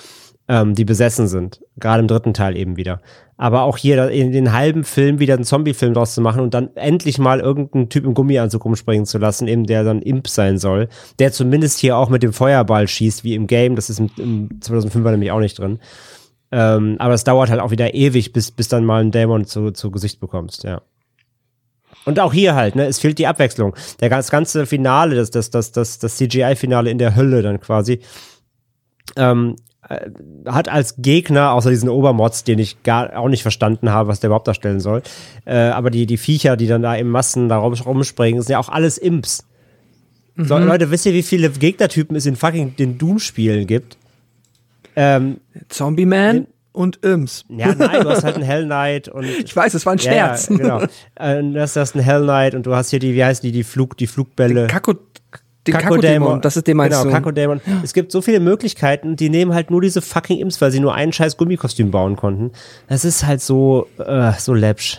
ähm, die besessen sind. Gerade im dritten Teil eben wieder. Aber auch hier in den halben Film wieder einen Zombie-Film draus zu machen und dann endlich mal irgendeinen Typ im Gummianzug rumspringen zu lassen, eben der dann Imp sein soll, der zumindest hier auch mit dem Feuerball schießt, wie im Game. Das ist im, im zweitausendfünfer nämlich auch nicht drin. Ähm, aber es dauert halt auch wieder ewig, bis, bis dann mal einen Dämon zu, zu Gesicht bekommst, ja. Und auch hier halt, ne, es fehlt die Abwechslung. Der, das ganze Finale, das, das, das, das, das C G I-Finale in der Hölle dann quasi, ähm, äh, hat als Gegner, außer diesen Obermods, den ich gar auch nicht verstanden habe, was der überhaupt darstellen soll, äh, aber die, die Viecher, die dann da in Massen da rum, rumspringen, sind ja auch alles Imps. Mhm. So, Leute, wisst ihr, wie viele Gegnertypen es in fucking den Doom-Spielen gibt? Ähm, Zombie-Man und Imps. Ja, nein, du hast halt einen Hell Knight und. Ich weiß, es war ein Scherz. Ja, genau. äh, du hast, hast einen Hell Knight und du hast hier die, wie heißen die, die Flug, die Flugbälle. Den Kako, den Kakodämon, das ist den meinst genau, du. Genau, Kakodämon. Ja. Es gibt so viele Möglichkeiten, die nehmen halt nur diese fucking Imps, weil sie nur einen scheiß Gummikostüm bauen konnten. Das ist halt so, äh, so läppsch.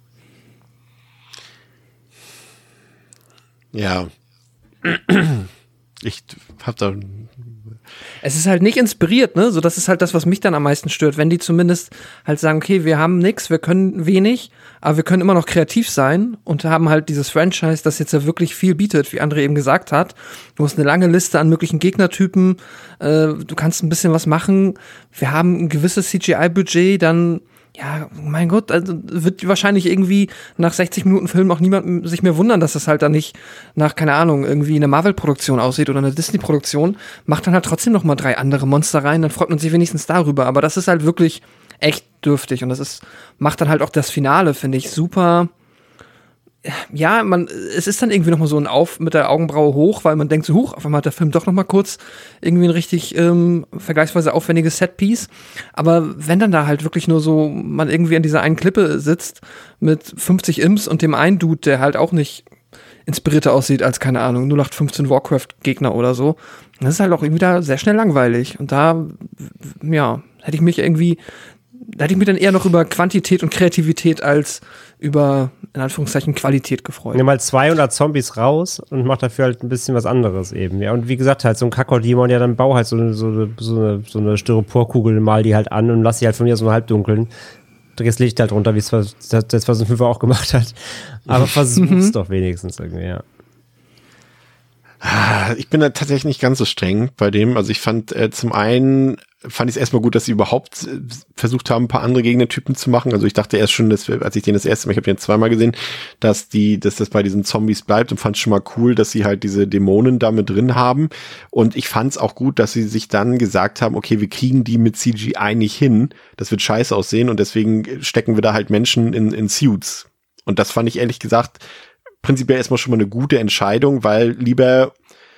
Ja. Ich hab da. Es ist halt nicht inspiriert, ne? So, das ist halt das, was mich dann am meisten stört. Wenn die zumindest halt sagen, okay, wir haben nix, wir können wenig, aber wir können immer noch kreativ sein und haben halt dieses Franchise, das jetzt ja wirklich viel bietet, wie André eben gesagt hat. Du hast eine lange Liste an möglichen Gegnertypen, äh, du kannst ein bisschen was machen. Wir haben ein gewisses C G I-Budget, dann ja, mein Gott, also wird wahrscheinlich irgendwie nach sechzig Minuten Film auch niemand sich mehr wundern, dass das halt dann nicht nach, keine Ahnung, irgendwie eine Marvel-Produktion aussieht oder eine Disney-Produktion. Macht dann halt trotzdem noch mal drei andere Monster rein, dann freut man sich wenigstens darüber. Aber das ist halt wirklich echt dürftig und das ist, macht dann halt auch das Finale, finde ich, super. Ja, man, es ist dann irgendwie noch mal so ein Auf mit der Augenbraue hoch, weil man denkt so, huch, auf einmal hat der Film doch noch mal kurz irgendwie ein richtig ähm, vergleichsweise aufwendiges Setpiece. Aber wenn dann da halt wirklich nur so man irgendwie an dieser einen Klippe sitzt mit fünfzig Imps und dem einen Dude, der halt auch nicht inspirierter aussieht als, keine Ahnung, null acht fünfzehn Warcraft-Gegner oder so, das ist halt auch irgendwie da sehr schnell langweilig. Und da, ja, hätte ich mich irgendwie, da hätte ich mich dann eher noch über Quantität und Kreativität als über, in Anführungszeichen, Qualität gefreut. Nimm mal zweihundert Zombies raus und mach dafür halt ein bisschen was anderes eben. Ja, und wie gesagt, halt so ein Kakodämon, ja, dann bau halt so eine, so eine, so eine, so eine Styroporkugel, mal die halt an und lass die halt von mir so einen halbdunkeln. Drehst Licht halt runter, wie es der zweitausendfünfer auch gemacht hat. Aber versuch's doch wenigstens irgendwie, ja. Ich bin da tatsächlich nicht ganz so streng bei dem. Also ich fand äh, zum einen, fand ich es erstmal gut, dass sie überhaupt äh, versucht haben, ein paar andere Gegnertypen zu machen. Also ich dachte erst schon, dass wir, als ich den das erste Mal, ich habe den zweimal gesehen, dass die, dass das bei diesen Zombies bleibt und fand es schon mal cool, dass sie halt diese Dämonen da mit drin haben. Und ich fand es auch gut, dass sie sich dann gesagt haben, okay, wir kriegen die mit C G I nicht hin. Das wird scheiße aussehen und deswegen stecken wir da halt Menschen in, in Suits. Und das fand ich ehrlich gesagt prinzipiell erstmal schon mal eine gute Entscheidung, weil lieber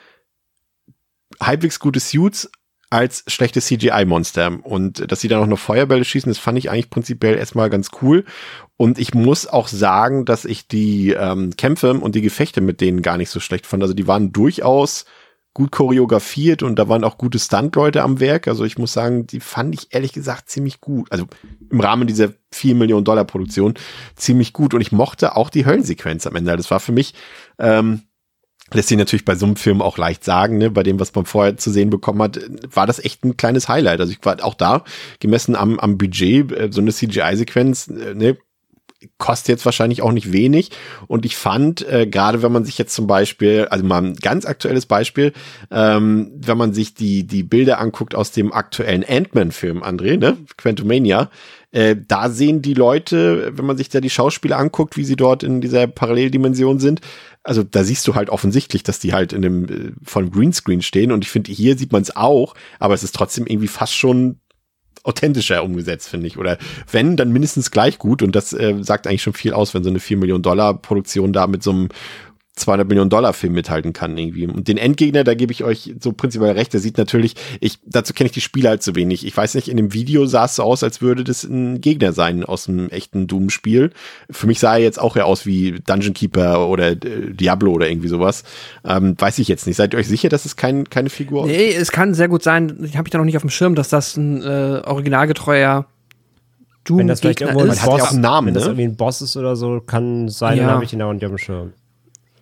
halbwegs gute Suits als schlechte C G I-Monster. Und dass sie dann auch noch Feuerbälle schießen, das fand ich eigentlich prinzipiell erstmal ganz cool. Und ich muss auch sagen, dass ich die ähm, Kämpfe und die Gefechte mit denen gar nicht so schlecht fand. Also die waren durchaus gut choreografiert und da waren auch gute Stuntleute am Werk. Also ich muss sagen, die fand ich ehrlich gesagt ziemlich gut. Also im Rahmen dieser vier Millionen Dollar Produktion ziemlich gut. Und ich mochte auch die Höllensequenz am Ende. Das war für mich, ähm, lässt sich natürlich bei so einem Film auch leicht sagen, ne, bei dem, was man vorher zu sehen bekommen hat, war das echt ein kleines Highlight. Also ich war auch da, gemessen am, am Budget, äh, so eine C G I-Sequenz, äh, ne, kostet jetzt wahrscheinlich auch nicht wenig. Und ich fand, äh, gerade wenn man sich jetzt zum Beispiel, also mal ein ganz aktuelles Beispiel, ähm, wenn man sich die die Bilder anguckt aus dem aktuellen Ant-Man-Film, André, ne, Quantumania, äh, da sehen die Leute, wenn man sich da die Schauspieler anguckt, wie sie dort in dieser Paralleldimension sind, also da siehst du halt offensichtlich, dass die halt in dem äh, von Greenscreen stehen. Und ich finde, hier sieht man es auch, aber es ist trotzdem irgendwie fast schon authentischer umgesetzt, finde ich. Oder wenn, dann mindestens gleich gut. Und das äh, sagt eigentlich schon viel aus, wenn so eine vier Millionen Dollar Produktion da mit so einem zweihundert Millionen Dollar Film mithalten kann irgendwie. Und den Endgegner, da gebe ich euch so prinzipiell recht, der sieht natürlich, ich dazu kenne ich die Spiele halt zu wenig. Ich weiß nicht, in dem Video sah es so aus, als würde das ein Gegner sein aus einem echten Doom-Spiel. Für mich sah er jetzt auch eher aus wie Dungeon Keeper oder äh, Diablo oder irgendwie sowas. Ähm, weiß ich jetzt nicht. Seid ihr euch sicher, dass es kein, keine Figur ist? Nee, es kann sehr gut sein, ich habe ich da noch nicht auf dem Schirm, dass das ein äh, originalgetreuer Doom-Gegner Wenn das vielleicht irgendwo ist. ein Man hat ja auch einen Namen, wenn das ne? irgendwie ein Boss ist oder so, kann sein, Ja. dann habe ich ihn auch nicht auf dem Schirm.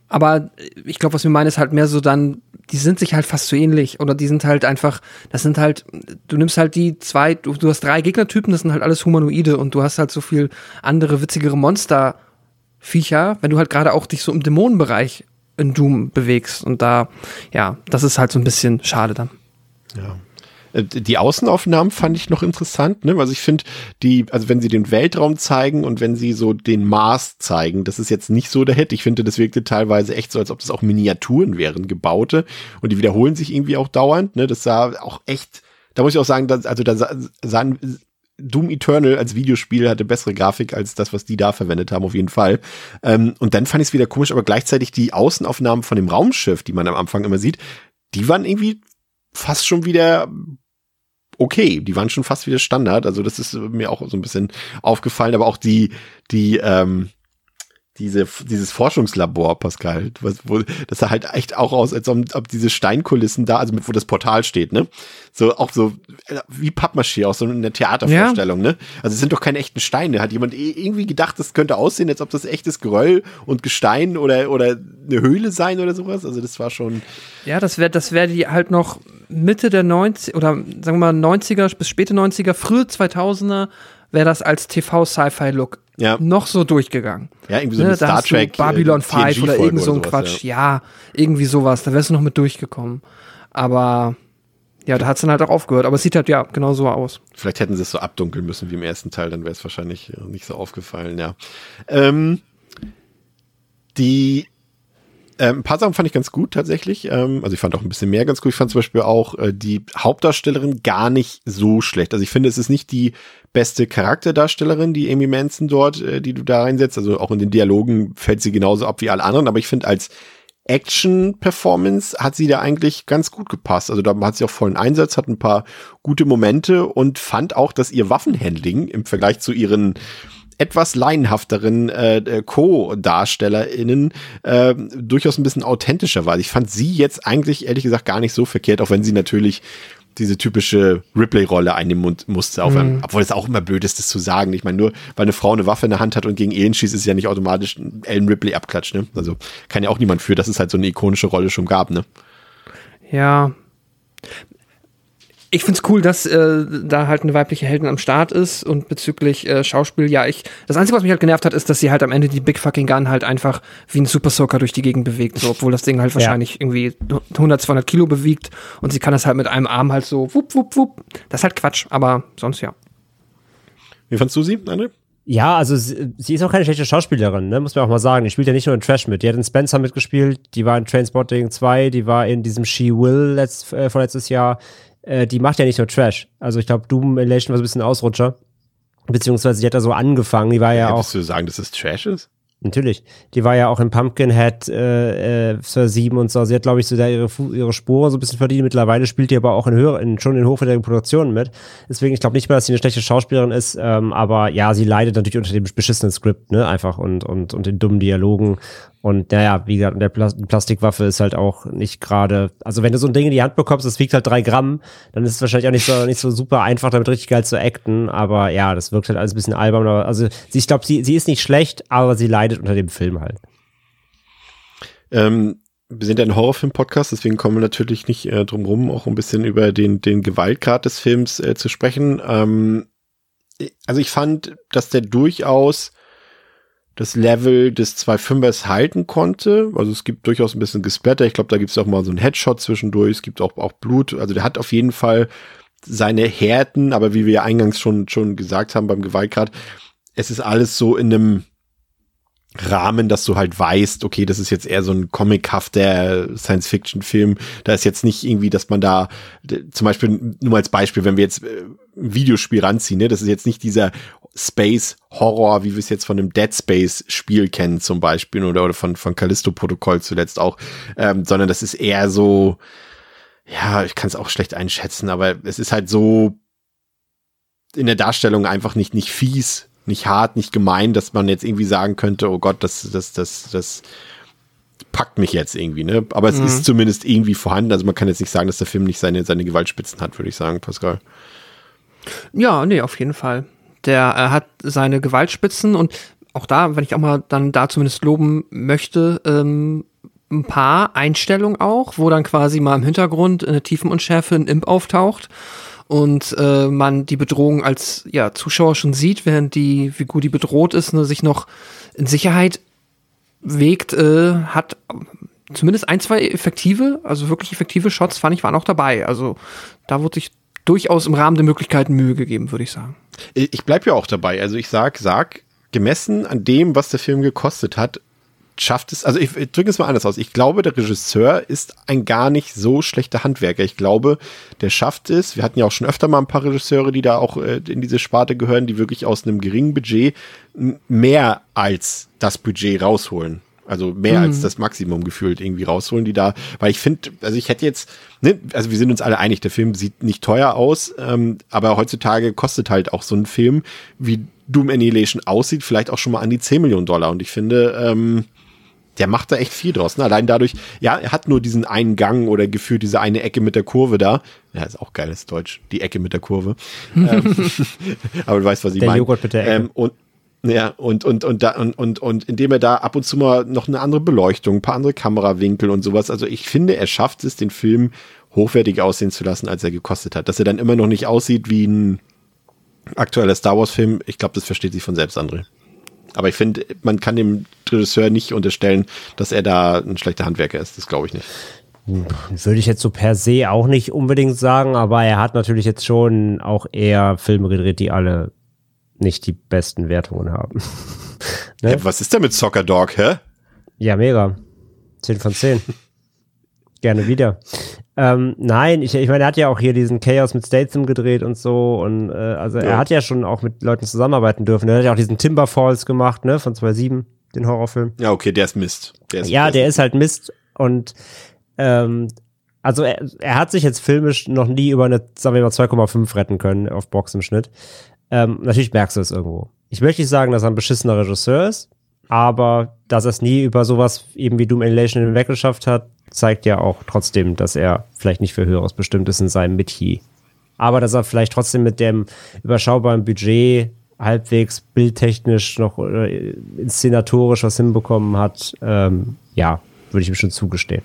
Aber ich glaube, was wir meinen, ist halt mehr so dann, die sind sich halt fast so ähnlich. Oder die sind halt einfach, das sind halt, du nimmst halt die zwei, du, du hast drei Gegnertypen, das sind halt alles Humanoide und du hast halt so viel andere, witzigere Monsterviecher, wenn du halt gerade auch dich so im Dämonenbereich in Doom bewegst. Und da, ja, das ist halt so ein bisschen schade dann. Ja. Die Außenaufnahmen fand ich noch interessant, ne? Also ich finde, die, also wenn sie den Weltraum zeigen und wenn sie so den Mars zeigen, das ist jetzt nicht so der Hit. Ich finde, das wirkte teilweise echt so, als ob das auch Miniaturen wären, gebaute. Und die wiederholen sich irgendwie auch dauernd, ne? Das sah auch echt, da muss ich auch sagen, dass, also da sahen Doom Eternal als Videospiel hatte bessere Grafik als das, was die da verwendet haben, auf jeden Fall. Ähm, und dann fand ich es wieder komisch, aber gleichzeitig die Außenaufnahmen von dem Raumschiff, die man am Anfang immer sieht, die waren irgendwie fast schon wieder okay, die waren schon fast wieder Standard, also das ist mir auch so ein bisschen aufgefallen, aber auch die, die, ähm, diese, dieses Forschungslabor, Pascal, was, wo, das sah halt echt auch aus, als ob, ob diese Steinkulissen da, also mit, wo das Portal steht, ne, so, auch so, wie Pappmaché aus so einer Theatervorstellung, ja. Ne, also es sind doch keine echten Steine, hat jemand irgendwie gedacht, das könnte aussehen, als ob das echtes Geröll und Gestein oder, oder eine Höhle sein oder sowas, also das war schon. Ja, das wäre, das wäre die halt noch Mitte der neunziger, oder sagen wir mal neunziger bis späte neunziger, frühe zweitausender, wäre das als T V-Sci-Fi-Look ja. noch so durchgegangen. Ja, irgendwie so eine ne, Star Trek. So Babylon äh, fünf oder irgend so ein sowas, Quatsch. Ja. ja, irgendwie sowas. Da wärst du noch mit durchgekommen. Aber ja, da hat es dann halt auch aufgehört. Aber es sieht halt ja genau so aus. Vielleicht hätten sie es so abdunkeln müssen wie im ersten Teil, dann wäre es wahrscheinlich nicht so aufgefallen, ja. Ähm, die Ähm, ein paar Sachen fand ich ganz gut tatsächlich. Ähm, also ich fand auch ein bisschen mehr ganz gut. Ich fand zum Beispiel auch äh, die Hauptdarstellerin gar nicht so schlecht. Also ich finde, es ist nicht die beste Charakterdarstellerin, die Amy Manson dort, äh, die du da reinsetzt. Also auch in den Dialogen fällt sie genauso ab wie alle anderen. Aber ich finde, als Action-Performance hat sie da eigentlich ganz gut gepasst. Also da hat sie auch vollen Einsatz, hat ein paar gute Momente und fand auch, dass ihr Waffenhandling im Vergleich zu ihren etwas laienhafteren äh, Co-DarstellerInnen äh, durchaus ein bisschen authentischer war. Ich fand sie jetzt eigentlich, ehrlich gesagt, gar nicht so verkehrt, auch wenn sie natürlich diese typische Ripley-Rolle einnehmen musste, auf einem, mhm. obwohl es auch immer blöd ist, das zu sagen. Ich meine, nur weil eine Frau eine Waffe in der Hand hat und gegen Ehen schießt, ist ja nicht automatisch ein Ellen Ripley-Abklatsch, ne? Also kann ja auch niemand für, dass es halt so eine ikonische Rolle schon gab, ne? Ja. Ich find's cool, dass äh, da halt eine weibliche Heldin am Start ist und bezüglich äh, Schauspiel, ja, ich, das Einzige, was mich halt genervt hat, ist, dass sie halt am Ende die Big Fucking Gun halt einfach wie ein Super Soaker durch die Gegend bewegt, so, obwohl das Ding halt wahrscheinlich ja. irgendwie hundert, zweihundert Kilo bewegt und sie kann das halt mit einem Arm halt so wupp, wupp, wupp. Das ist halt Quatsch, aber sonst ja. Wie fandst du sie, André? Ja, also sie, sie ist auch keine schlechte Schauspielerin, ne, muss man auch mal sagen. Die spielt ja nicht nur in Trash mit. Die hat in Spencer mitgespielt, die war in Trainspotting zwei, die war in diesem She Will letzt, äh, vorletztes Jahr. Äh, die macht ja nicht nur Trash. Also ich glaube, Doom Elation war so ein bisschen ein Ausrutscher. Beziehungsweise sie hat da so angefangen. Die war ja, ja auch. Würdest du sagen, dass es Trash ist? Natürlich. Die war ja auch in Pumpkinhead äh, äh, Sir sieben und so. Sie hat, glaube ich, so da ihre, ihre Spuren so ein bisschen verdient. Mittlerweile spielt die aber auch in höher, in, schon in hochwertigen Produktionen mit. Deswegen, ich glaube nicht mal, dass sie eine schlechte Schauspielerin ist. Ähm, aber ja, sie leidet natürlich unter dem beschissenen Skript, ne? Einfach und, und, und den dummen Dialogen. Und naja, wie gesagt, der Plas- die Plastikwaffe ist halt auch nicht gerade, also wenn du so ein Ding in die Hand bekommst, das wiegt halt drei Gramm, dann ist es wahrscheinlich auch nicht so, nicht so super einfach, damit richtig geil zu acten, aber ja, das wirkt halt alles ein bisschen albern, also sie, ich glaube, sie, sie ist nicht schlecht, aber sie leidet unter dem Film halt. Ähm, wir sind ja ein Horrorfilm-Podcast, deswegen kommen wir natürlich nicht äh, drum rum, auch ein bisschen über den, den Gewaltgrad des Films äh, zu sprechen. Ähm, also ich fand, dass der durchaus das Level des zwei Komma fünfers halten konnte. Also es gibt durchaus ein bisschen Gesplatter. Ich glaube, da gibt es auch mal so einen Headshot zwischendurch. Es gibt auch, auch Blut. Also der hat auf jeden Fall seine Härten, aber wie wir ja eingangs schon, schon gesagt haben beim Gewaltgrad, es ist alles so in einem Rahmen, dass du halt weißt, okay, das ist jetzt eher so ein comichafter Science-Fiction-Film. Da ist jetzt nicht irgendwie, dass man da, zum Beispiel, nur mal als Beispiel, wenn wir jetzt ein Videospiel ranziehen, ne, das ist jetzt nicht dieser Space-Horror, wie wir es jetzt von einem Dead Space-Spiel kennen zum Beispiel oder, oder von, von Callisto-Protokoll zuletzt auch, ähm, sondern das ist eher so, ja, ich kann es auch schlecht einschätzen, aber es ist halt so in der Darstellung einfach nicht, nicht fies, nicht hart, nicht gemein, dass man jetzt irgendwie sagen könnte, oh Gott, das, das, das, das packt mich jetzt irgendwie, ne? Aber es mhm. ist zumindest irgendwie vorhanden, also man kann jetzt nicht sagen, dass der Film nicht seine, seine Gewaltspitzen hat, würde ich sagen, Pascal. Ja, nee, auf jeden Fall. Der äh, hat seine Gewaltspitzen und auch da, wenn ich auch mal dann da zumindest loben möchte, ähm, ein paar Einstellungen auch, wo dann quasi mal im Hintergrund in der Tiefenunschärfe ein Imp auftaucht und äh, man die Bedrohung als ja, Zuschauer schon sieht, während die Figur, die bedroht ist, ne, sich noch in Sicherheit wägt, äh, hat zumindest ein, zwei effektive, also wirklich effektive Shots, fand ich, waren auch dabei. Also da wurde sich durchaus im Rahmen der Möglichkeiten Mühe gegeben, würde ich sagen. Ich bleib ja auch dabei. Also ich sag, sag, gemessen an dem, was der Film gekostet hat, schafft es, also ich, ich drücke es mal anders aus. Ich glaube, der Regisseur ist ein gar nicht so schlechter Handwerker. Ich glaube, der schafft es. Wir hatten ja auch schon öfter mal ein paar Regisseure, die da auch äh, in diese Sparte gehören, die wirklich aus einem geringen Budget mehr als das Budget rausholen. Also mehr mhm. als das Maximum gefühlt irgendwie rausholen, die da, weil ich finde, also ich hätte jetzt, ne, also wir sind uns alle einig, der Film sieht nicht teuer aus, ähm, aber heutzutage kostet halt auch so ein Film, wie Doom Annihilation aussieht, vielleicht auch schon mal an die zehn Millionen Dollar. Und ich finde, ähm, der macht da echt viel draus. Ne? Allein dadurch, ja, er hat nur diesen einen Gang oder gefühlt diese eine Ecke mit der Kurve da. Ja, ist auch geiles Deutsch, die Ecke mit der Kurve. ähm, aber du weißt, was ich meine. Der Joghurt mit der Ecke. Ähm, und ja, und, und, und, da, und, und, und indem er da ab und zu mal noch eine andere Beleuchtung, ein paar andere Kamerawinkel und sowas. Also ich finde, er schafft es, den Film hochwertig aussehen zu lassen, als er gekostet hat. Dass er dann immer noch nicht aussieht wie ein aktueller Star Wars-Film, ich glaube, das versteht sich von selbst, André. Aber ich finde, man kann dem Regisseur nicht unterstellen, dass er da ein schlechter Handwerker ist. Das glaube ich nicht. Würde ich jetzt so per se auch nicht unbedingt sagen, aber er hat natürlich jetzt schon auch eher Filme gedreht, die alle nicht die besten Wertungen haben. Ne? Hey, was ist denn mit Soccer Dog, hä? Ja, mega. zehn von zehn. Gerne wieder. Ähm, nein, ich, ich meine, er hat ja auch hier diesen Chaos mit Statham gedreht und so und äh, also ja. Er hat ja schon auch mit Leuten zusammenarbeiten dürfen. Er hat ja auch diesen Timber Falls gemacht, ne, von zweitausendsieben, den Horrorfilm. Ja, okay, der ist Mist. Der ist, ja, der, der ist halt Mist und ähm, also er, er hat sich jetzt filmisch noch nie über eine, sagen wir mal, zwei Komma fünf retten können auf Box im Schnitt. Ähm, natürlich merkst du es irgendwo. Ich möchte nicht sagen, dass er ein beschissener Regisseur ist, aber dass er es nie über sowas eben wie Doom Annihilation hinweggeschafft hat, zeigt ja auch trotzdem, dass er vielleicht nicht für Höheres bestimmt ist in seinem Mithi. Aber dass er vielleicht trotzdem mit dem überschaubaren Budget halbwegs bildtechnisch noch äh, inszenatorisch was hinbekommen hat, ähm, ja, würde ich ihm schon zugestehen.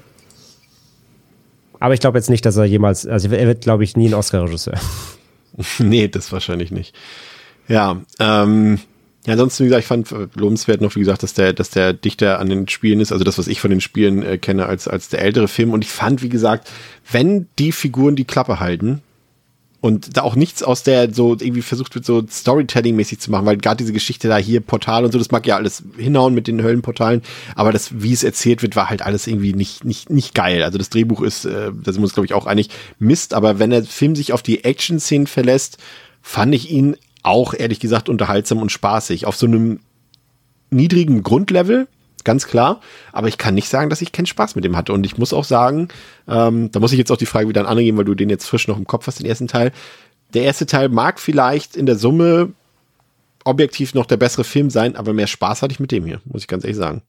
Aber ich glaube jetzt nicht, dass er jemals, also er wird, glaube ich, nie ein Oscar-Regisseur. Nee, das wahrscheinlich nicht. Ja, ähm, ja, ansonsten, wie gesagt, ich fand lobenswert noch, wie gesagt, dass der, dass der dichter an den Spielen ist, also das, was ich von den Spielen äh, kenne, als, als der ältere Film. Und ich fand, wie gesagt, wenn die Figuren die Klappe halten und da auch nichts aus der so irgendwie versucht wird, so Storytelling-mäßig zu machen, weil gerade diese Geschichte da hier, Portal und so, das mag ja alles hinhauen mit den Höllenportalen, aber das, wie es erzählt wird, war halt alles irgendwie nicht, nicht, nicht geil. Also das Drehbuch ist, äh, da sind wir uns, glaube ich, auch einig, Mist, aber wenn der Film sich auf die Action-Szenen verlässt, fand ich ihn auch, ehrlich gesagt, unterhaltsam und spaßig. Auf so einem niedrigen Grundlevel, ganz klar. Aber ich kann nicht sagen, dass ich keinen Spaß mit dem hatte. Und ich muss auch sagen, ähm, da muss ich jetzt auch die Frage wieder an Anne geben, weil du den jetzt frisch noch im Kopf hast, den ersten Teil. Der erste Teil mag vielleicht in der Summe objektiv noch der bessere Film sein, aber mehr Spaß hatte ich mit dem hier, muss ich ganz ehrlich sagen.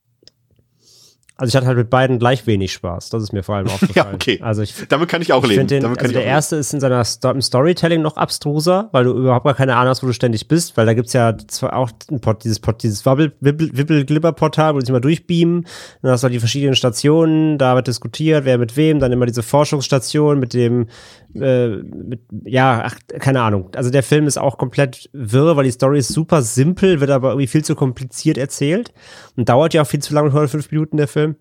Also ich hatte halt mit beiden gleich wenig Spaß. Das ist mir vor allem aufgefallen. Ja, okay. Also ich, damit kann ich auch ich leben. Den, Damit kann also ich der auch erste leben. Ist in seiner Sto- im Storytelling noch abstruser, weil du überhaupt gar keine Ahnung hast, wo du ständig bist, weil da gibt's ja zwar auch ein Port, dieses, Port, dieses Wibbel-Glibber-Portal, wo du dich mal durchbeamen, dann hast du halt die verschiedenen Stationen, da wird diskutiert, wer mit wem, dann immer diese Forschungsstation mit dem, äh, mit, ja, ach, keine Ahnung. Also der Film ist auch komplett wirr, weil die Story ist super simpel, wird aber irgendwie viel zu kompliziert erzählt und dauert ja auch viel zu lange, hundertfünf Minuten der Film.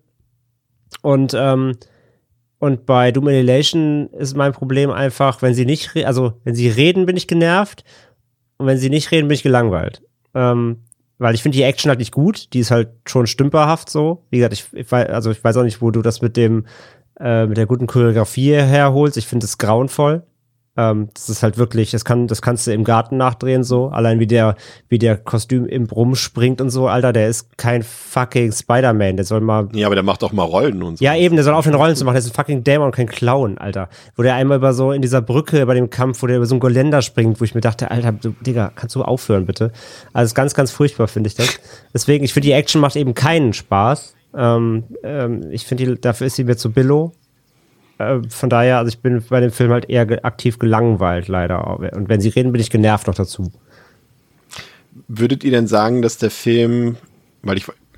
Und, ähm, und bei Doom Annihilation ist mein Problem einfach, wenn sie nicht, re- also wenn sie reden, bin ich genervt und wenn sie nicht reden, bin ich gelangweilt. Ähm, weil ich finde die Action halt nicht gut, die ist halt schon stümperhaft so. Wie gesagt, ich, ich weiß, also ich weiß auch nicht, wo du das mit dem, äh, mit der guten Choreografie herholst. Ich finde es grauenvoll. Ähm, das ist halt wirklich, das kann, das kannst du im Garten nachdrehen so. Allein wie der, wie der Kostüm im Brumm springt und so, Alter, der ist kein fucking Spider-Man. Der soll mal. Ja, aber der macht auch mal Rollen und so. Ja, eben, der soll aufhören, Rollen zu machen. Der ist ein fucking Dämon und kein Clown, Alter. Wo der einmal über so in dieser Brücke bei dem Kampf, wo der über so ein Geländer springt, wo ich mir dachte, Alter, du, Digga, kannst du aufhören, bitte? Also ist ganz, ganz furchtbar, finde ich das. Deswegen, ich finde, die Action macht eben keinen Spaß. Ähm, ähm, ich finde, dafür ist sie mir zu billow. Von daher, also ich bin bei dem Film halt eher ge- aktiv gelangweilt, leider. Und wenn sie reden, bin ich genervt noch dazu. Würdet ihr denn sagen, dass der Film, weil ich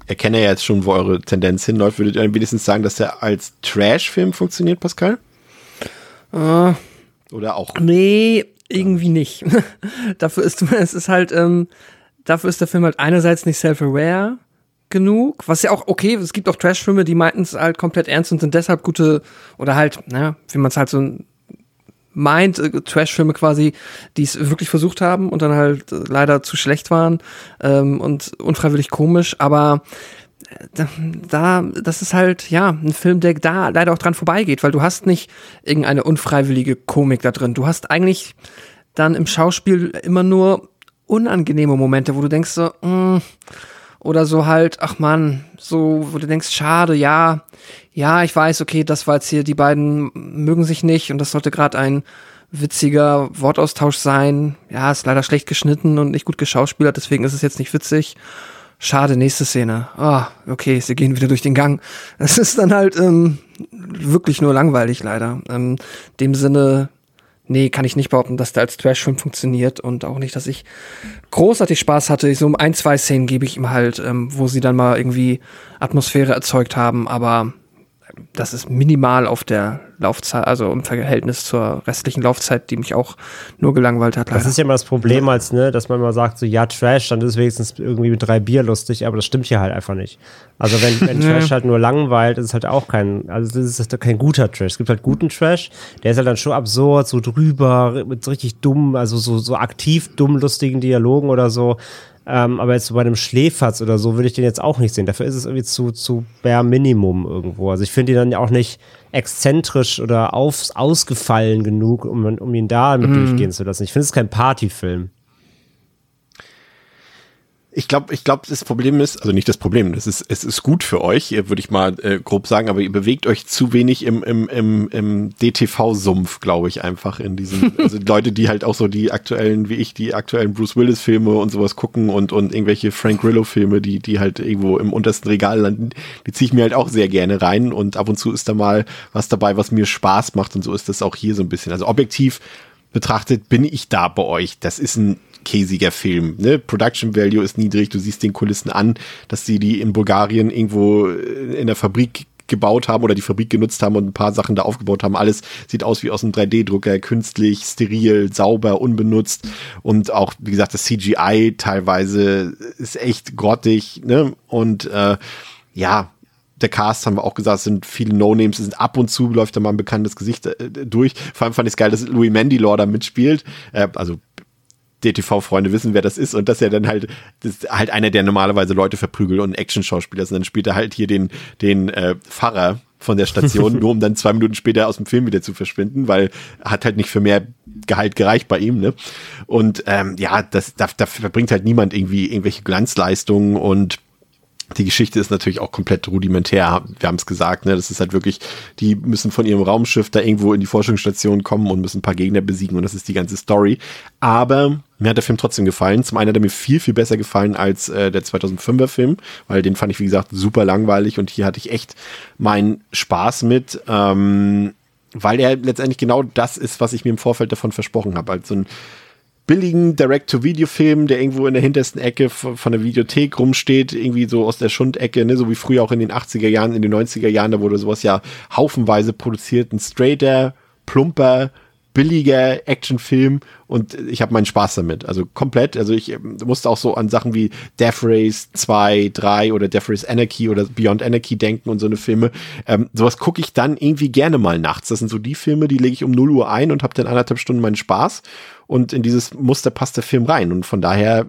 erkenne ja jetzt schon, wo eure Tendenz hinläuft. Würdet ihr wenigstens sagen, dass der als Trash-Film funktioniert, Pascal? Äh, Oder auch? Nee, irgendwie nicht. Dafür ist es ist halt, ähm, dafür ist der Film halt einerseits nicht self-aware genug, was ja auch okay, es gibt auch Trash-Filme, die meinten es halt komplett ernst und sind deshalb gute, oder halt, naja, wie man es halt so meint, äh, Trash-Filme quasi, die es wirklich versucht haben und dann halt äh, leider zu schlecht waren ähm, und unfreiwillig komisch, aber Da, da, das ist halt, ja, ein Film, der da leider auch dran vorbeigeht, weil du hast nicht irgendeine unfreiwillige Komik da drin. Du hast eigentlich dann im Schauspiel immer nur unangenehme Momente, wo du denkst so, mm, oder so halt, ach man, so, wo du denkst, schade, ja, ja, ich weiß, okay, das war jetzt hier, die beiden mögen sich nicht und das sollte gerade ein witziger Wortaustausch sein. Ja, ist leider schlecht geschnitten und nicht gut geschauspielert, deswegen ist es jetzt nicht witzig. Schade, nächste Szene. Ah, oh, okay, sie gehen wieder durch den Gang. Das ist dann halt ähm, wirklich nur langweilig, leider. Ähm, in dem Sinne, nee, kann ich nicht behaupten, dass der als Trash-Film funktioniert und auch nicht, dass ich großartig Spaß hatte. So um ein, zwei Szenen gebe ich ihm halt, ähm, wo sie dann mal irgendwie Atmosphäre erzeugt haben, aber das ist minimal auf der Laufzeit, also im Verhältnis zur restlichen Laufzeit, die mich auch nur gelangweilt hat. Leider. Das ist ja immer das Problem, als, ne, dass man mal sagt, so, ja, Trash, dann ist es wenigstens irgendwie mit drei Bier lustig, aber das stimmt hier halt einfach nicht. Also wenn, wenn Trash halt nur langweilt, ist es halt auch kein, also das ist kein guter Trash. Es gibt halt guten Trash, der ist halt dann schon absurd, so drüber, mit so richtig dumm, also so, so aktiv dumm lustigen Dialogen oder so. Ähm, aber jetzt so bei einem Schläferz oder so würde ich den jetzt auch nicht sehen. Dafür ist es irgendwie zu, zu bare Minimum irgendwo. Also ich finde ihn dann ja auch nicht exzentrisch oder aufs, ausgefallen genug, um, um ihn da mit mm. durchgehen zu lassen. Ich finde es kein Partyfilm. Ich glaube, ich glaube, das Problem ist, also nicht das Problem, das ist, es ist gut für euch, würde ich mal äh, grob sagen, aber ihr bewegt euch zu wenig im, im, im, im D T V-Sumpf, glaube ich, einfach in diesem, also Leute, die halt auch so die aktuellen, wie ich, die aktuellen Bruce Willis-Filme und sowas gucken und, und irgendwelche Frank Grillo-Filme, die, die halt irgendwo im untersten Regal landen, die ziehe ich mir halt auch sehr gerne rein und ab und zu ist da mal was dabei, was mir Spaß macht und so ist das auch hier so ein bisschen. Also objektiv betrachtet bin ich da bei euch. Das ist ein käsiger Film, ne? Production Value ist niedrig, du siehst den Kulissen an, dass sie die in Bulgarien irgendwo in der Fabrik gebaut haben oder die Fabrik genutzt haben und ein paar Sachen da aufgebaut haben. Alles sieht aus wie aus einem drei D-Drucker, künstlich, steril, sauber, unbenutzt und auch, wie gesagt, das C G I teilweise ist echt grottig, ne? Und äh, ja, der Cast, haben wir auch gesagt, sind viele No-Names, es sind ab und zu, läuft da mal ein bekanntes Gesicht äh, durch. Vor allem fand ich es geil, dass Louis Mandylor da mitspielt, äh, also D T V-Freunde wissen, wer das ist und dass er dann halt, das ist halt einer, der normalerweise Leute verprügelt und ein Action-Schauspieler ist und dann spielt er halt hier den, den äh, Pfarrer von der Station, nur um dann zwei Minuten später aus dem Film wieder zu verschwinden, weil hat halt nicht für mehr Gehalt gereicht bei ihm, ne? Und ähm, ja, das, da, da verbringt halt niemand irgendwie irgendwelche Glanzleistungen und die Geschichte ist natürlich auch komplett rudimentär. Wir haben es gesagt, ne, das ist halt wirklich, die müssen von ihrem Raumschiff da irgendwo in die Forschungsstation kommen und müssen ein paar Gegner besiegen und das ist die ganze Story. Aber mir hat der Film trotzdem gefallen. Zum einen hat er mir viel, viel besser gefallen als äh, der zweitausendfünfer Film, weil den fand ich, wie gesagt, super langweilig und hier hatte ich echt meinen Spaß mit, ähm, weil er letztendlich genau das ist, was ich mir im Vorfeld davon versprochen habe. Also ein billigen Direct-to-Video-Film, der irgendwo in der hintersten Ecke von der Videothek rumsteht, irgendwie so aus der Schundecke, ne, so wie früher auch in den achtziger Jahren, in den neunziger Jahren, da wurde sowas ja haufenweise produziert, ein straighter, plumper, billiger Actionfilm und ich habe meinen Spaß damit, also komplett, also ich musste auch so an Sachen wie Death Race zwei, drei oder Death Race Anarchy oder Beyond Anarchy denken und so eine Filme, ähm, sowas gucke ich dann irgendwie gerne mal nachts, das sind so die Filme, die lege ich um null Uhr ein und habe dann anderthalb Stunden meinen Spaß und in dieses Muster passt der Film rein und von daher